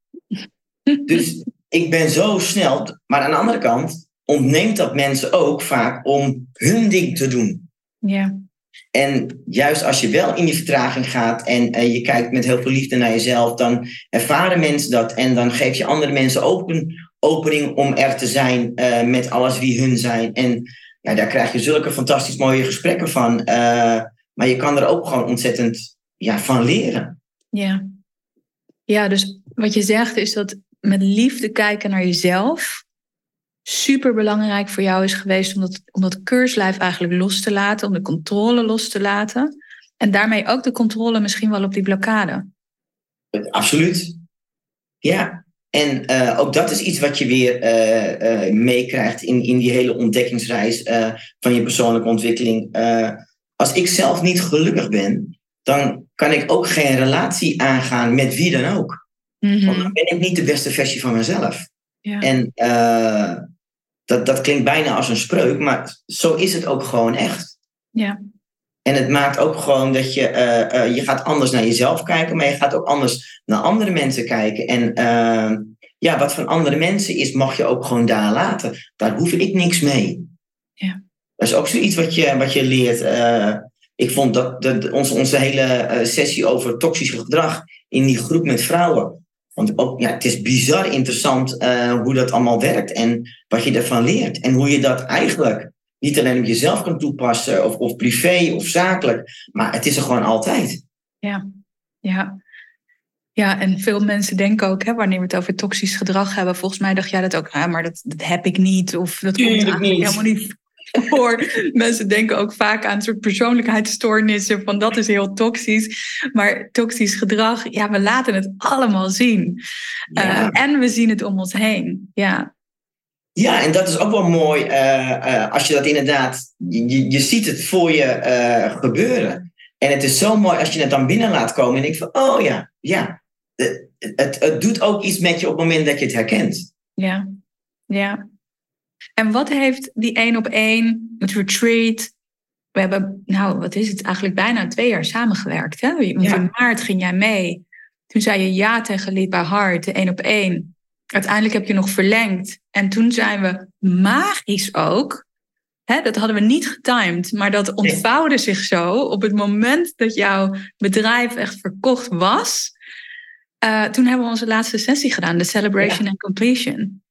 Dus ik ben zo snel. Maar aan de andere kant ontneemt dat mensen ook vaak om hun ding te doen. Ja. En juist als je wel in die vertraging gaat en uh, je kijkt met heel veel liefde naar jezelf, dan ervaren mensen dat en dan geef je andere mensen ook een opening om er te zijn uh, met alles wie hun zijn. En ja, daar krijg je zulke fantastisch mooie gesprekken van. Uh, maar je kan er ook gewoon ontzettend ja, van leren. Ja. Ja, dus wat je zegt is dat met liefde kijken naar jezelf super belangrijk voor jou is geweest om dat, om dat keurslijf eigenlijk los te laten, om de controle los te laten. En daarmee ook de controle misschien wel op die blokkade. Absoluut. Ja. En uh, ook dat is iets wat je weer uh, uh, meekrijgt in, in die hele ontdekkingsreis uh, van je persoonlijke ontwikkeling. Uh, als ik zelf niet gelukkig ben, dan kan ik ook geen relatie aangaan met wie dan ook. Mm-hmm. Want dan ben ik niet de beste versie van mezelf. Ja. En uh, dat, dat klinkt bijna als een spreuk, maar zo is het ook gewoon echt. Ja. En het maakt ook gewoon dat je, uh, uh, je gaat anders naar jezelf kijken, maar je gaat ook anders naar andere mensen kijken. En uh, ja, wat van andere mensen is, mag je ook gewoon daar laten. Daar hoef ik niks mee. Ja. Dat is ook zoiets wat je, wat je leert. Uh, ik vond dat, dat onze, onze hele uh, sessie over toxisch gedrag in die groep met vrouwen. Want ook, ja, het is bizar interessant uh, hoe dat allemaal werkt en wat je ervan leert. En hoe je dat eigenlijk niet alleen op jezelf kan toepassen, of, of privé of zakelijk, maar het is er gewoon altijd. Ja, ja. Ja, en veel mensen denken ook, hè, wanneer we het over toxisch gedrag hebben, volgens mij dacht jij dat ook, ah, maar dat, dat heb ik niet, of dat komt eigenlijk niet. helemaal niet voor. Mensen denken ook vaak aan een soort persoonlijkheidsstoornissen, van dat is heel toxisch. Maar toxisch gedrag, ja, we laten het allemaal zien. Ja. Uh, en we zien het om ons heen, ja. Ja, en dat is ook wel mooi uh, uh, als je dat inderdaad, je, je ziet het voor je uh, gebeuren. En het is zo mooi als je het dan binnen laat komen en denkt van, oh ja, ja. Het, het, het doet ook iets met je op het moment dat je het herkent. Ja, ja. En wat heeft die één op één, het retreat, we hebben, nou, wat is het, eigenlijk bijna twee jaar samengewerkt. Hè? Want ja. In maart ging jij mee. Toen zei je ja tegen Lead by Heart, de één op één. Uiteindelijk heb je nog verlengd. En toen zijn we magisch ook, hè, dat hadden we niet getimed, maar dat ontvouwde zich zo op het moment dat jouw bedrijf echt verkocht was. Uh, toen hebben we onze laatste sessie gedaan, de Celebration ja. and Completion.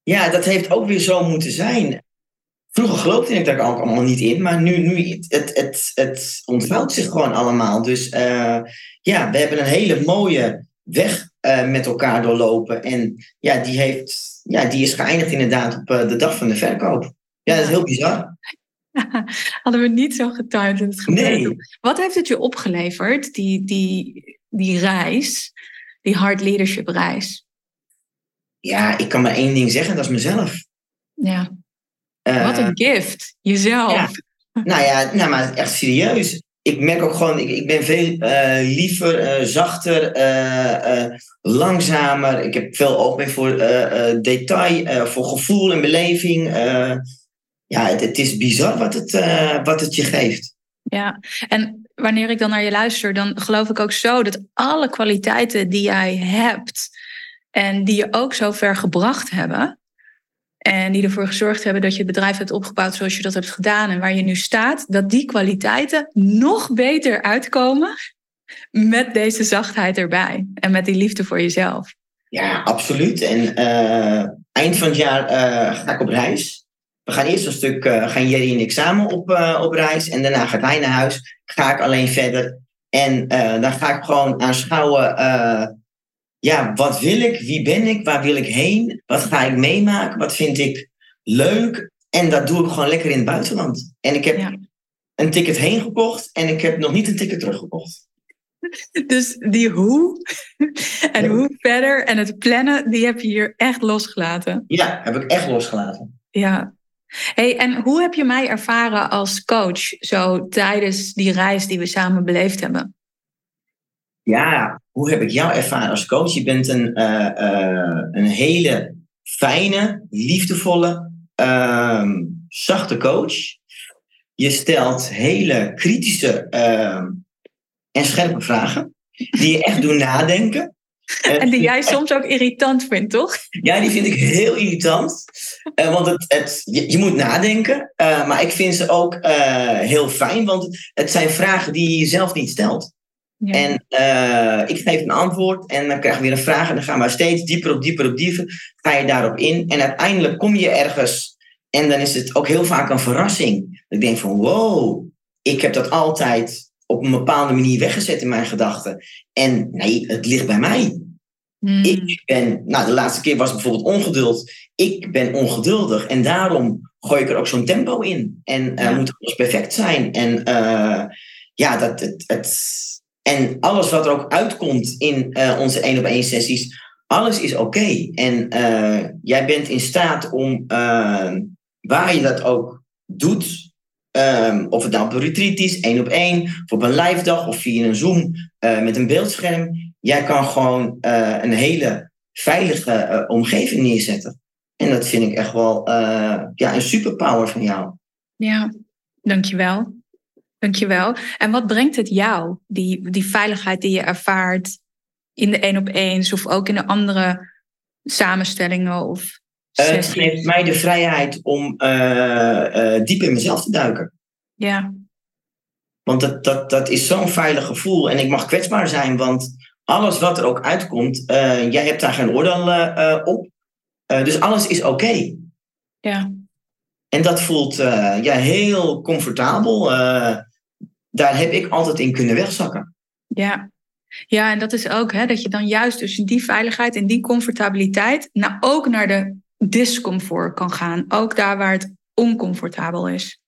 Ja, dat heeft ook weer zo moeten zijn. Vroeger geloofde ik daar ook allemaal niet in, maar nu, nu het, het, het, het ontvouwt zich gewoon allemaal. Dus uh, ja, we hebben een hele mooie weg uh, met elkaar doorlopen. En ja, die, heeft, ja, die is geëindigd inderdaad op uh, de dag van de verkoop. Ja, dat is heel bizar. Hadden we niet zo getimed dat het gebeurde. Nee. Wat heeft het je opgeleverd, die, die, die reis, die hard leadership reis? Ja, ik kan maar één ding zeggen, dat is mezelf. Ja. Uh, Wat een gift, jezelf. Ja. Nou ja, nou, maar echt serieus. Ik merk ook gewoon, ik, ik ben veel uh, liever, uh, zachter, uh, uh, langzamer. Ik heb veel oog meer voor uh, uh, detail, uh, voor gevoel en beleving. Uh, ja, het, het is bizar wat het, uh, wat het je geeft. Ja, en wanneer ik dan naar je luister, dan geloof ik ook zo dat alle kwaliteiten die jij hebt en die je ook zo ver gebracht hebben en die ervoor gezorgd hebben dat je het bedrijf hebt opgebouwd zoals je dat hebt gedaan en waar je nu staat, dat die kwaliteiten nog beter uitkomen met deze zachtheid erbij en met die liefde voor jezelf. Ja, absoluut. En uh, eind van het jaar uh, ga ik op reis. We gaan eerst een stuk, uh, gaan Jerry en ik samen op, uh, op reis. En daarna gaat hij naar huis. Ga ik alleen verder. En uh, dan ga ik gewoon aanschouwen. Uh, ja, wat wil ik? Wie ben ik? Waar wil ik heen? Wat ga ik meemaken? Wat vind ik leuk? En dat doe ik gewoon lekker in het buitenland. En ik heb ja. een ticket heen gekocht. En ik heb nog niet een ticket teruggekocht. Dus die hoe en hoe verder en het plannen, die heb je hier echt losgelaten. Ja, heb ik echt losgelaten. Ja. Hey, en hoe heb je mij ervaren als coach zo tijdens die reis die we samen beleefd hebben? Ja, hoe heb ik jou ervaren als coach? Je bent een, uh, uh, een hele fijne, liefdevolle, uh, zachte coach. Je stelt hele kritische uh, en scherpe vragen die je echt doen nadenken. En die jij soms ook irritant vindt, toch? Ja, die vind ik heel irritant. Uh, want het, het, je, je moet nadenken. Uh, maar ik vind ze ook uh, heel fijn. Want het zijn vragen die je jezelf niet stelt. Ja. En uh, ik geef een antwoord. En dan krijg je weer een vraag. En dan gaan we steeds dieper op dieper op dieper. Ga je daarop in. En uiteindelijk kom je ergens. En dan is het ook heel vaak een verrassing. Ik denk van wow. Ik heb dat altijd op een bepaalde manier weggezet in mijn gedachten. En nee, het ligt bij mij. Hmm. Ik ben, nou de laatste keer was bijvoorbeeld ongeduld. Ik ben ongeduldig en daarom gooi ik er ook zo'n tempo in. En uh, ja. moet alles perfect zijn. En uh, ja, dat het, het. En alles wat er ook uitkomt in uh, onze één op één sessies, alles is oké. Okay. En uh, jij bent in staat om, uh, waar je dat ook doet, Um, of het nou op een retreat is, één op één, of op een live dag, of via een Zoom uh, met een beeldscherm. Jij kan gewoon uh, een hele veilige uh, omgeving neerzetten. En dat vind ik echt wel uh, ja, een superpower van jou. Ja, dankjewel. Dankjewel. En wat brengt het jou, die, die veiligheid die je ervaart in de één op ééns of ook in de andere samenstellingen of Uh, het geeft mij de vrijheid om uh, uh, diep in mezelf te duiken. Ja. Want dat, dat, dat is zo'n veilig gevoel. En ik mag kwetsbaar zijn, want alles wat er ook uitkomt, uh, jij hebt daar geen oordeel uh, op. Uh, dus alles is oké. Okay. Ja. En dat voelt uh, ja, heel comfortabel. Uh, daar heb ik altijd in kunnen wegzakken. Ja. Ja, en dat is ook hè, dat je dan juist dus in die veiligheid en die comfortabiliteit nou ook naar de discomfort kan gaan. Ook daar waar het oncomfortabel is.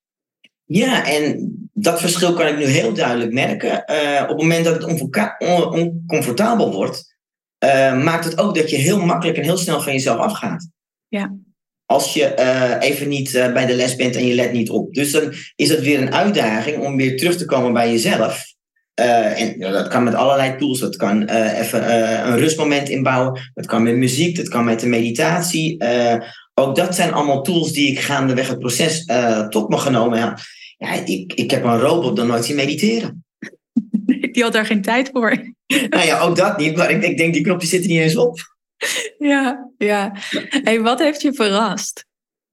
Ja, en dat verschil kan ik nu heel duidelijk merken. Uh, op het moment dat het onvoca- on- oncomfortabel wordt, uh, maakt het ook dat je heel makkelijk en heel snel van jezelf afgaat. Ja. Als je uh, even niet uh, bij de les bent en je let niet op. Dus dan is het weer een uitdaging om weer terug te komen bij jezelf. Uh, en ja, dat kan met allerlei tools. Dat kan uh, even uh, een rustmoment inbouwen. Dat kan met muziek. Dat kan met de meditatie. Uh, ook dat zijn allemaal tools die ik gaandeweg het proces uh, tot me genomen heb. Ja, ik, ik heb een robot dan nooit zien mediteren. Die had daar geen tijd voor. Nou ja, ook dat niet. Maar ik, ik denk, die knopjes zitten niet eens op. Ja, ja. Hey, wat heeft je verrast?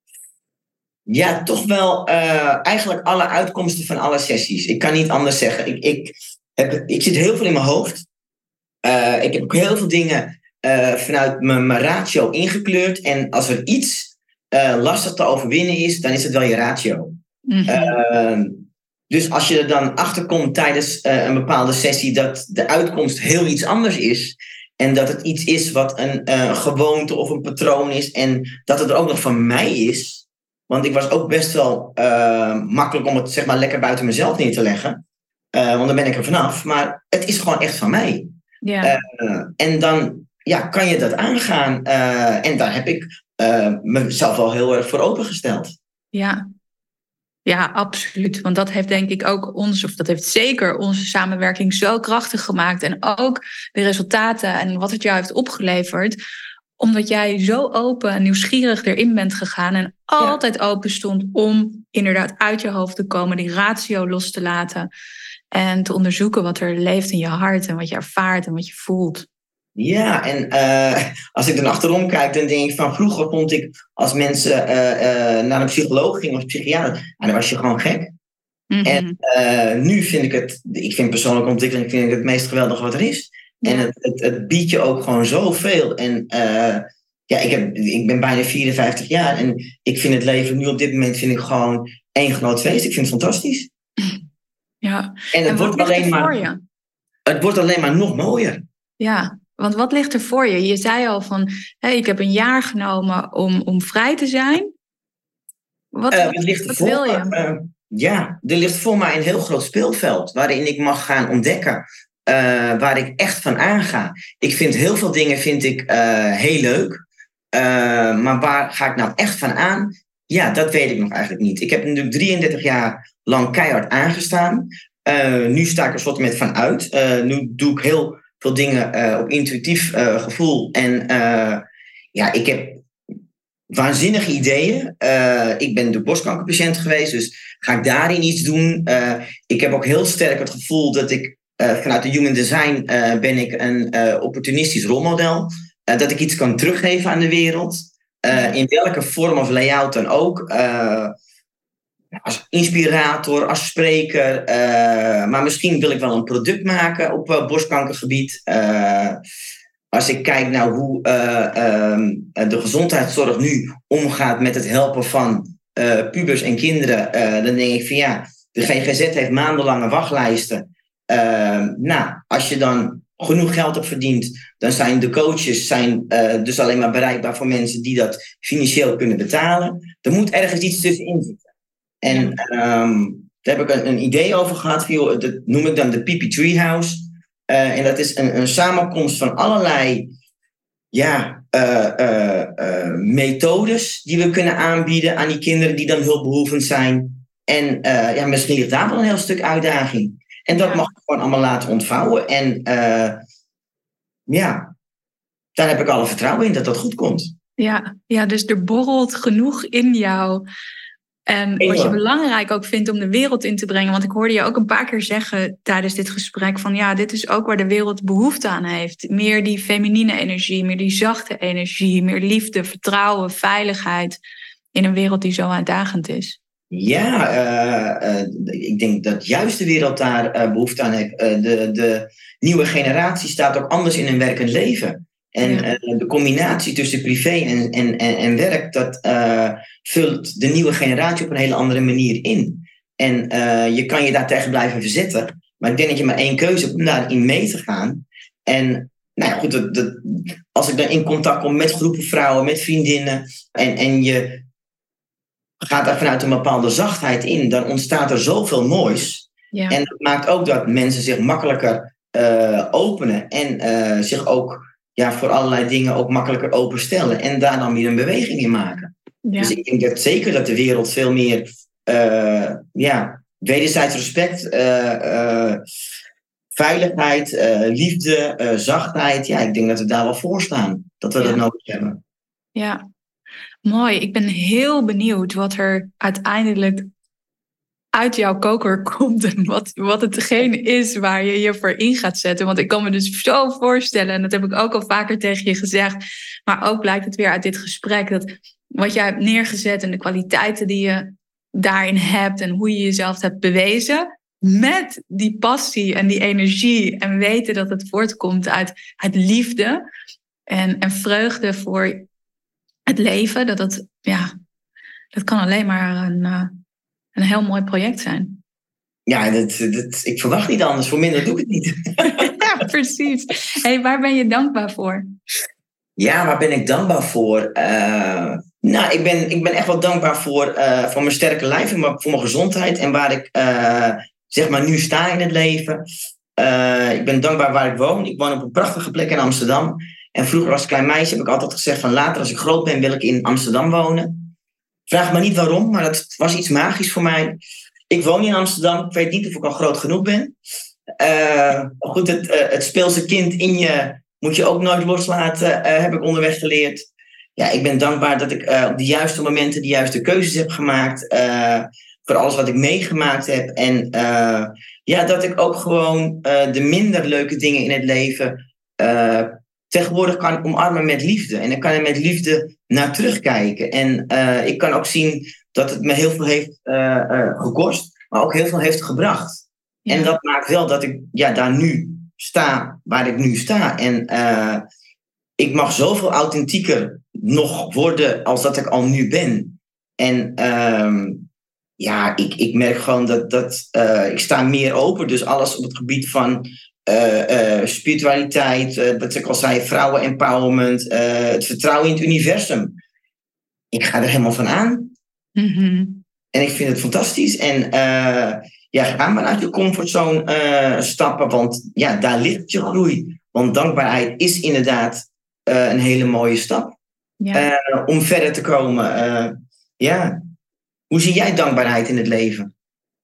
Ja, toch wel uh, eigenlijk alle uitkomsten van alle sessies. Ik kan niet anders zeggen. Ik, ik, heb, ik zit heel veel in mijn hoofd. Uh, ik heb ook heel veel dingen uh, vanuit mijn, mijn ratio ingekleurd. En als er iets uh, lastig te overwinnen is, dan is het wel je ratio. Mm-hmm. Uh, dus als je er dan achter komt tijdens uh, een bepaalde sessie dat de uitkomst heel iets anders is. En dat het iets is wat een uh, gewoonte of een patroon is. En dat het er ook nog van mij is. Want ik was ook best wel uh, makkelijk om het zeg maar lekker buiten mezelf neer te leggen. Uh, want dan ben ik er vanaf. Maar het is gewoon echt van mij. Ja. Uh, en dan ja, kan je dat aangaan. Uh, en daar heb ik uh, mezelf wel heel erg voor opengesteld. Ja. Ja, absoluut. Want dat heeft denk ik ook ons, of dat heeft zeker onze samenwerking zo krachtig gemaakt. En ook de resultaten en wat het jou heeft opgeleverd. Omdat jij zo open en nieuwsgierig erin bent gegaan. En altijd ja. open stond om inderdaad uit je hoofd te komen. Die ratio los te laten. En te onderzoeken wat er leeft in je hart. En wat je ervaart en wat je voelt. Ja, en uh, als ik dan achterom kijk, dan denk ik van vroeger vond ik als mensen uh, uh, naar een psycholoog gingen of psychiater, en dan was je gewoon gek. Mm-hmm. En uh, nu vind ik het, ik vind persoonlijke ontwikkeling vind ik het meest geweldige wat er is. Ja. En het, het, het biedt je ook gewoon zoveel. En uh, ja, ik, heb, ik ben bijna vierenvijftig jaar en ik vind het leven nu op dit moment vind ik gewoon één groot feest. Ik vind het fantastisch. Ja. En het en wordt alleen maar, je? het wordt alleen maar nog mooier. Ja. Want wat ligt er voor je? Je zei al van, hey, ik heb een jaar genomen om, om vrij te zijn. Wat, uh, wat, ligt er wat voor wil je? Uh, ja, er ligt voor mij een heel groot speelveld waarin ik mag gaan ontdekken uh, waar ik echt van aanga. Ik vind heel veel dingen vind ik uh, heel leuk, uh, maar waar ga ik nou echt van aan? Ja, dat weet ik nog eigenlijk niet. Ik heb natuurlijk drieëndertig jaar lang keihard aangestaan. Uh, nu sta ik er soort met van uit. Uh, nu doe ik heel veel dingen uh, op intuïtief uh, gevoel. En uh, ja, ik heb waanzinnige ideeën. Uh, ik ben de borstkankerpatiënt geweest, dus ga ik daarin iets doen. Uh, ik heb ook heel sterk het gevoel dat ik uh, vanuit de Human Design uh, ben ik een uh, opportunistisch rolmodel. Uh, dat ik iets kan teruggeven aan de wereld. Uh, in welke vorm of layout dan ook. Uh, Als inspirator, als spreker. Uh, maar misschien wil ik wel een product maken op uh, borstkankergebied. Uh, als ik kijk naar hoe uh, um, de gezondheidszorg nu omgaat met het helpen van uh, pubers en kinderen. Uh, dan denk ik van ja, de G G Z heeft maandenlange wachtlijsten. Uh, nou, als je dan genoeg geld hebt verdiend, dan zijn de coaches zijn, uh, dus alleen maar bereikbaar voor mensen die dat financieel kunnen betalen. Er moet ergens iets tussenin zitten. En ja. um, daar heb ik een, een idee over gehad. Joh, dat noem ik dan de P P Treehouse. Uh, en dat is een, een samenkomst van allerlei ja, uh, uh, uh, methodes die we kunnen aanbieden aan die kinderen die dan hulpbehoevend zijn. En uh, ja, misschien ligt daar wel een heel stuk uitdaging. En dat ja. mag ik gewoon allemaal laten ontvouwen. En uh, ja, daar heb ik alle vertrouwen in dat dat goed komt. Ja, ja, dus er borrelt genoeg in jou. En wat je belangrijk ook vindt om de wereld in te brengen. Want ik hoorde je ook een paar keer zeggen tijdens dit gesprek van ja, dit is ook waar de wereld behoefte aan heeft. Meer die feminine energie, meer die zachte energie, meer liefde, vertrouwen, veiligheid in een wereld die zo uitdagend is. Ja, uh, uh, ik denk dat juist de wereld daar uh, behoefte aan heeft. Uh, de, de nieuwe generatie staat ook anders in hun werkend leven. En ja. uh, de combinatie tussen privé en, en, en, en werk, dat uh, vult de nieuwe generatie op een hele andere manier in. En uh, je kan je daar tegen blijven verzetten. Maar ik denk dat je maar één keuze hebt om daarin mee te gaan. En nou ja, goed, dat, dat, als ik dan in contact kom met groepen vrouwen, met vriendinnen, en, en je gaat daar vanuit een bepaalde zachtheid in, dan ontstaat er zoveel moois. Ja. En dat maakt ook dat mensen zich makkelijker uh, openen en uh, zich ook ja, voor allerlei dingen ook makkelijker openstellen en daar dan weer een beweging in maken. Ja. Dus ik denk dat zeker dat de wereld veel meer uh, ja, wederzijds respect, uh, uh, veiligheid, uh, liefde, uh, zachtheid. Ja, ik denk dat we daar wel voor staan. Dat we ja. dat nodig hebben. Ja, mooi. Ik ben heel benieuwd wat er uiteindelijk uit jouw koker komt en wat, wat hetgeen is waar je je voor in gaat zetten. Want ik kan me dus zo voorstellen, en dat heb ik ook al vaker tegen je gezegd, maar ook blijkt het weer uit dit gesprek, dat wat jij hebt neergezet en de kwaliteiten die je daarin hebt en hoe je jezelf hebt bewezen, met die passie en die energie en weten dat het voortkomt uit, uit liefde, En, en vreugde voor het leven, dat, dat, ja, dat kan alleen maar een, uh, een heel mooi project zijn. Ja, dat, dat, ik verwacht niet anders. Voor minder doe ik het niet. Ja, precies. Hey, waar ben je dankbaar voor? Ja, waar ben ik dankbaar voor? Uh, nou, ik ben, ik ben echt wel dankbaar voor, uh, voor mijn sterke lijf en voor mijn gezondheid. En waar ik uh, zeg maar nu sta in het leven. Uh, ik ben dankbaar waar ik woon. Ik woon op een prachtige plek in Amsterdam. En vroeger als klein meisje heb ik altijd gezegd van later als ik groot ben wil ik in Amsterdam wonen. Vraag me niet waarom, maar dat was iets magisch voor mij. Ik woon in Amsterdam. Ik weet niet of ik al groot genoeg ben. Uh, goed, het, uh, het speelse kind in je moet je ook nooit loslaten, uh, heb ik onderweg geleerd. Ja, ik ben dankbaar dat ik uh, op de juiste momenten de juiste keuzes heb gemaakt. Uh, voor alles wat ik meegemaakt heb. En uh, ja, dat ik ook gewoon uh, de minder leuke dingen in het leven uh, tegenwoordig kan omarmen met liefde. En ik kan er met liefde naar terugkijken. En uh, ik kan ook zien dat het me heel veel heeft uh, uh, gekost, maar ook heel veel heeft gebracht. Ja. En dat maakt wel dat ik ja, daar nu sta waar ik nu sta. En uh, ik mag zoveel authentieker nog worden als dat ik al nu ben. En uh, ja, ik, ik merk gewoon dat, dat uh, ik sta meer open. Dus alles op het gebied van uh, uh, spiritualiteit, uh, wat ik al zei, vrouwen-empowerment, uh, het vertrouwen in het universum. Ik ga er helemaal van aan. Mm-hmm. En ik vind het fantastisch. En uh, ja, ga maar uit je comfortzone uh, stappen, want ja, daar ligt je groei. Want dankbaarheid is inderdaad uh, een hele mooie stap ja. uh, om verder te komen. Uh, ja. Hoe zie jij dankbaarheid in het leven?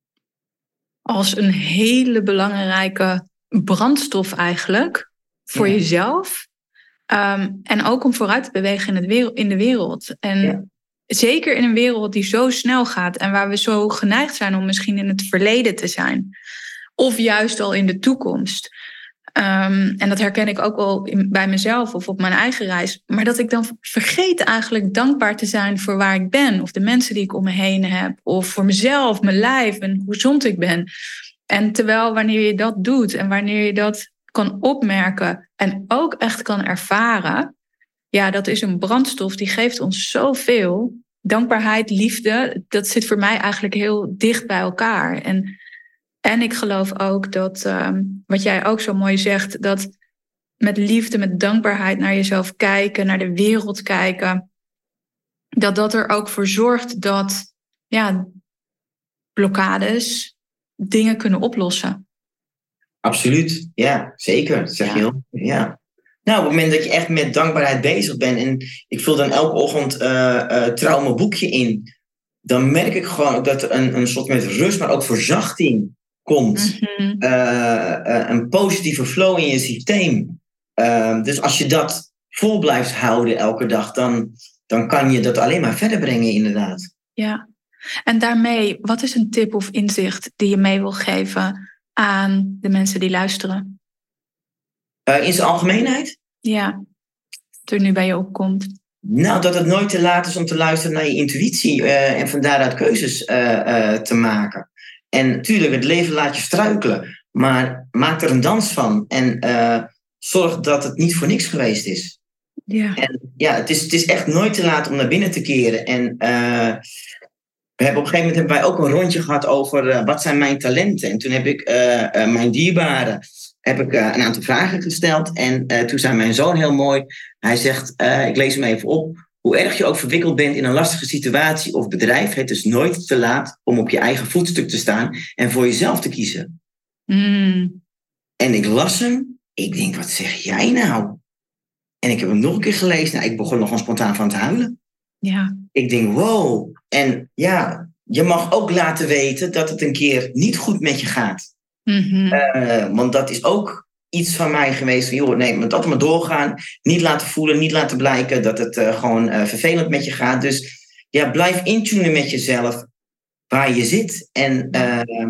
Als een hele belangrijke brandstof eigenlijk voor ja. jezelf. Um, en ook om vooruit te bewegen in, het wereld, in de wereld. En ja. zeker in een wereld die zo snel gaat en waar we zo geneigd zijn om misschien in het verleden te zijn. Of juist al in de toekomst. Um, en dat herken ik ook wel in, bij mezelf of op mijn eigen reis. Maar dat ik dan vergeet eigenlijk dankbaar te zijn voor waar ik ben. Of de mensen die ik om me heen heb. Of voor mezelf, mijn lijf en hoe gezond ik ben. En terwijl wanneer je dat doet en wanneer je dat kan opmerken en ook echt kan ervaren. Ja, dat is een brandstof die geeft ons zoveel. Dankbaarheid, liefde, dat zit voor mij eigenlijk heel dicht bij elkaar. En, en ik geloof ook dat, um, wat jij ook zo mooi zegt, dat met liefde, met dankbaarheid naar jezelf kijken, naar de wereld kijken, dat dat er ook voor zorgt dat ja, blokkades dingen kunnen oplossen. Absoluut, ja, zeker. Dat zeg je heel. Ja. Nou, op het moment dat je echt met dankbaarheid bezig bent en ik vul dan elke ochtend uh, uh, trouw mijn boekje in, dan merk ik gewoon ook dat er een, een soort met rust, maar ook verzachting komt. Mm-hmm. Uh, uh, een positieve flow in je systeem. Uh, dus als je dat vol blijft houden elke dag, dan, dan kan je dat alleen maar verder brengen inderdaad. Ja, en daarmee, wat is een tip of inzicht die je mee wil geven aan de mensen die luisteren? Uh, in zijn algemeenheid? Ja, wat er nu bij je opkomt. Nou, dat het nooit te laat is om te luisteren naar je intuïtie uh, en van daaruit keuzes uh, uh, te maken. En natuurlijk, het leven laat je struikelen, maar maak er een dans van en uh, zorg dat het niet voor niks geweest is. Ja. En ja, het is, het is echt nooit te laat om naar binnen te keren. En uh, we hebben op een gegeven moment hebben wij ook een rondje gehad over uh, wat zijn mijn talenten. En toen heb ik uh, uh, mijn dierbaren heb ik uh, een aantal vragen gesteld. En uh, toen zei mijn zoon heel mooi, hij zegt, uh, ik lees hem even op. Hoe erg je ook verwikkeld bent in een lastige situatie of bedrijf, het is nooit te laat om op je eigen voetstuk te staan en voor jezelf te kiezen. Mm. En ik las hem, ik denk, wat zeg jij nou? En ik heb hem nog een keer gelezen, nou, ik begon nog gewoon spontaan van te huilen. Ja. Ik denk, wow. En ja, je mag ook laten weten dat het een keer niet goed met je gaat. Mm-hmm. Uh, want dat is ook iets van mij geweest. Van, joh, nee, met dat maar doorgaan. Niet laten voelen, niet laten blijken dat het uh, gewoon uh, vervelend met je gaat. Dus ja, blijf intunen met jezelf waar je zit. En uh,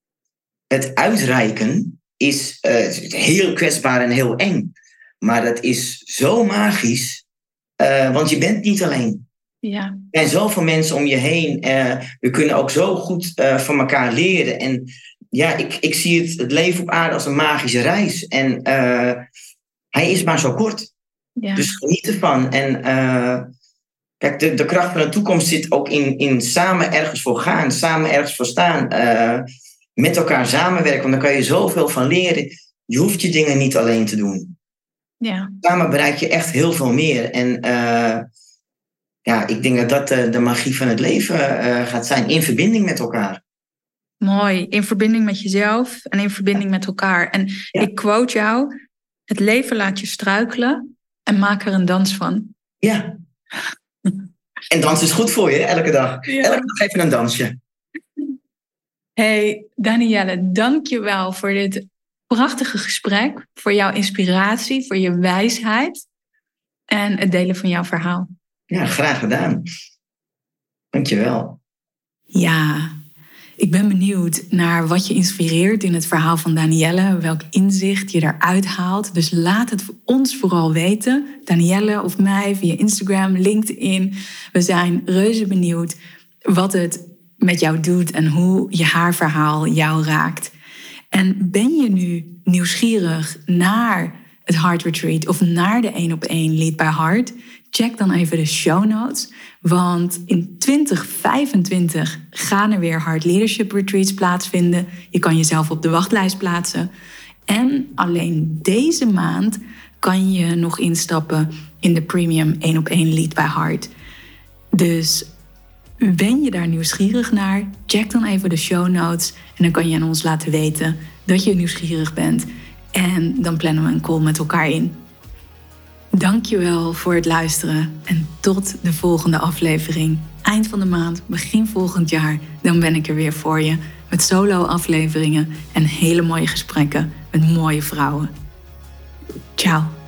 het uitreiken is uh, heel kwetsbaar en heel eng. Maar dat is zo magisch. Uh, want je bent niet alleen. Ja. Er zijn zoveel mensen om je heen. Uh, we kunnen ook zo goed uh, van elkaar leren. En ja, ik, ik zie het, het leven op aarde als een magische reis. En uh, hij is maar zo kort. Ja. Dus geniet ervan. En uh, kijk, de, de kracht van de toekomst zit ook in, in samen ergens voor gaan. Samen ergens voor staan. Uh, met elkaar samenwerken. Want dan kan je zoveel van leren. Je hoeft je dingen niet alleen te doen. Ja. Samen bereik je echt heel veel meer. En uh, ja, ik denk dat dat de, de magie van het leven uh, gaat zijn. In verbinding met elkaar. Mooi. In verbinding met jezelf en in verbinding met elkaar. En ja. Ik quote jou. Het leven laat je struikelen en maak er een dans van. Ja. En dans is goed voor je, elke dag. Ja. Elke dag even een dansje. Hey, Danielle, dank je wel voor dit prachtige gesprek. Voor jouw inspiratie, voor je wijsheid. En het delen van jouw verhaal. Ja, graag gedaan. Dank je wel. Ja, ik ben benieuwd naar wat je inspireert in het verhaal van Danielle. Welk inzicht je eruit haalt. Dus laat het ons vooral weten. Danielle of mij via Instagram, LinkedIn. We zijn reuze benieuwd wat het met jou doet en hoe je haar verhaal jou raakt. En ben je nu nieuwsgierig naar het Heart Retreat of naar de één op één Lead by Heart? Check dan even de show notes. Want in twintig vijfentwintig gaan er weer Heart Leadership Retreats plaatsvinden. Je kan jezelf op de wachtlijst plaatsen. En alleen deze maand kan je nog instappen in de Premium één op één Lead by Heart. Dus ben je daar nieuwsgierig naar? Check dan even de show notes. En dan kan je aan ons laten weten dat je nieuwsgierig bent. En dan plannen we een call met elkaar in. Dankjewel voor het luisteren. En tot de volgende aflevering. Eind van de maand, begin volgend jaar. Dan ben ik er weer voor je. Met solo afleveringen en hele mooie gesprekken met mooie vrouwen. Ciao.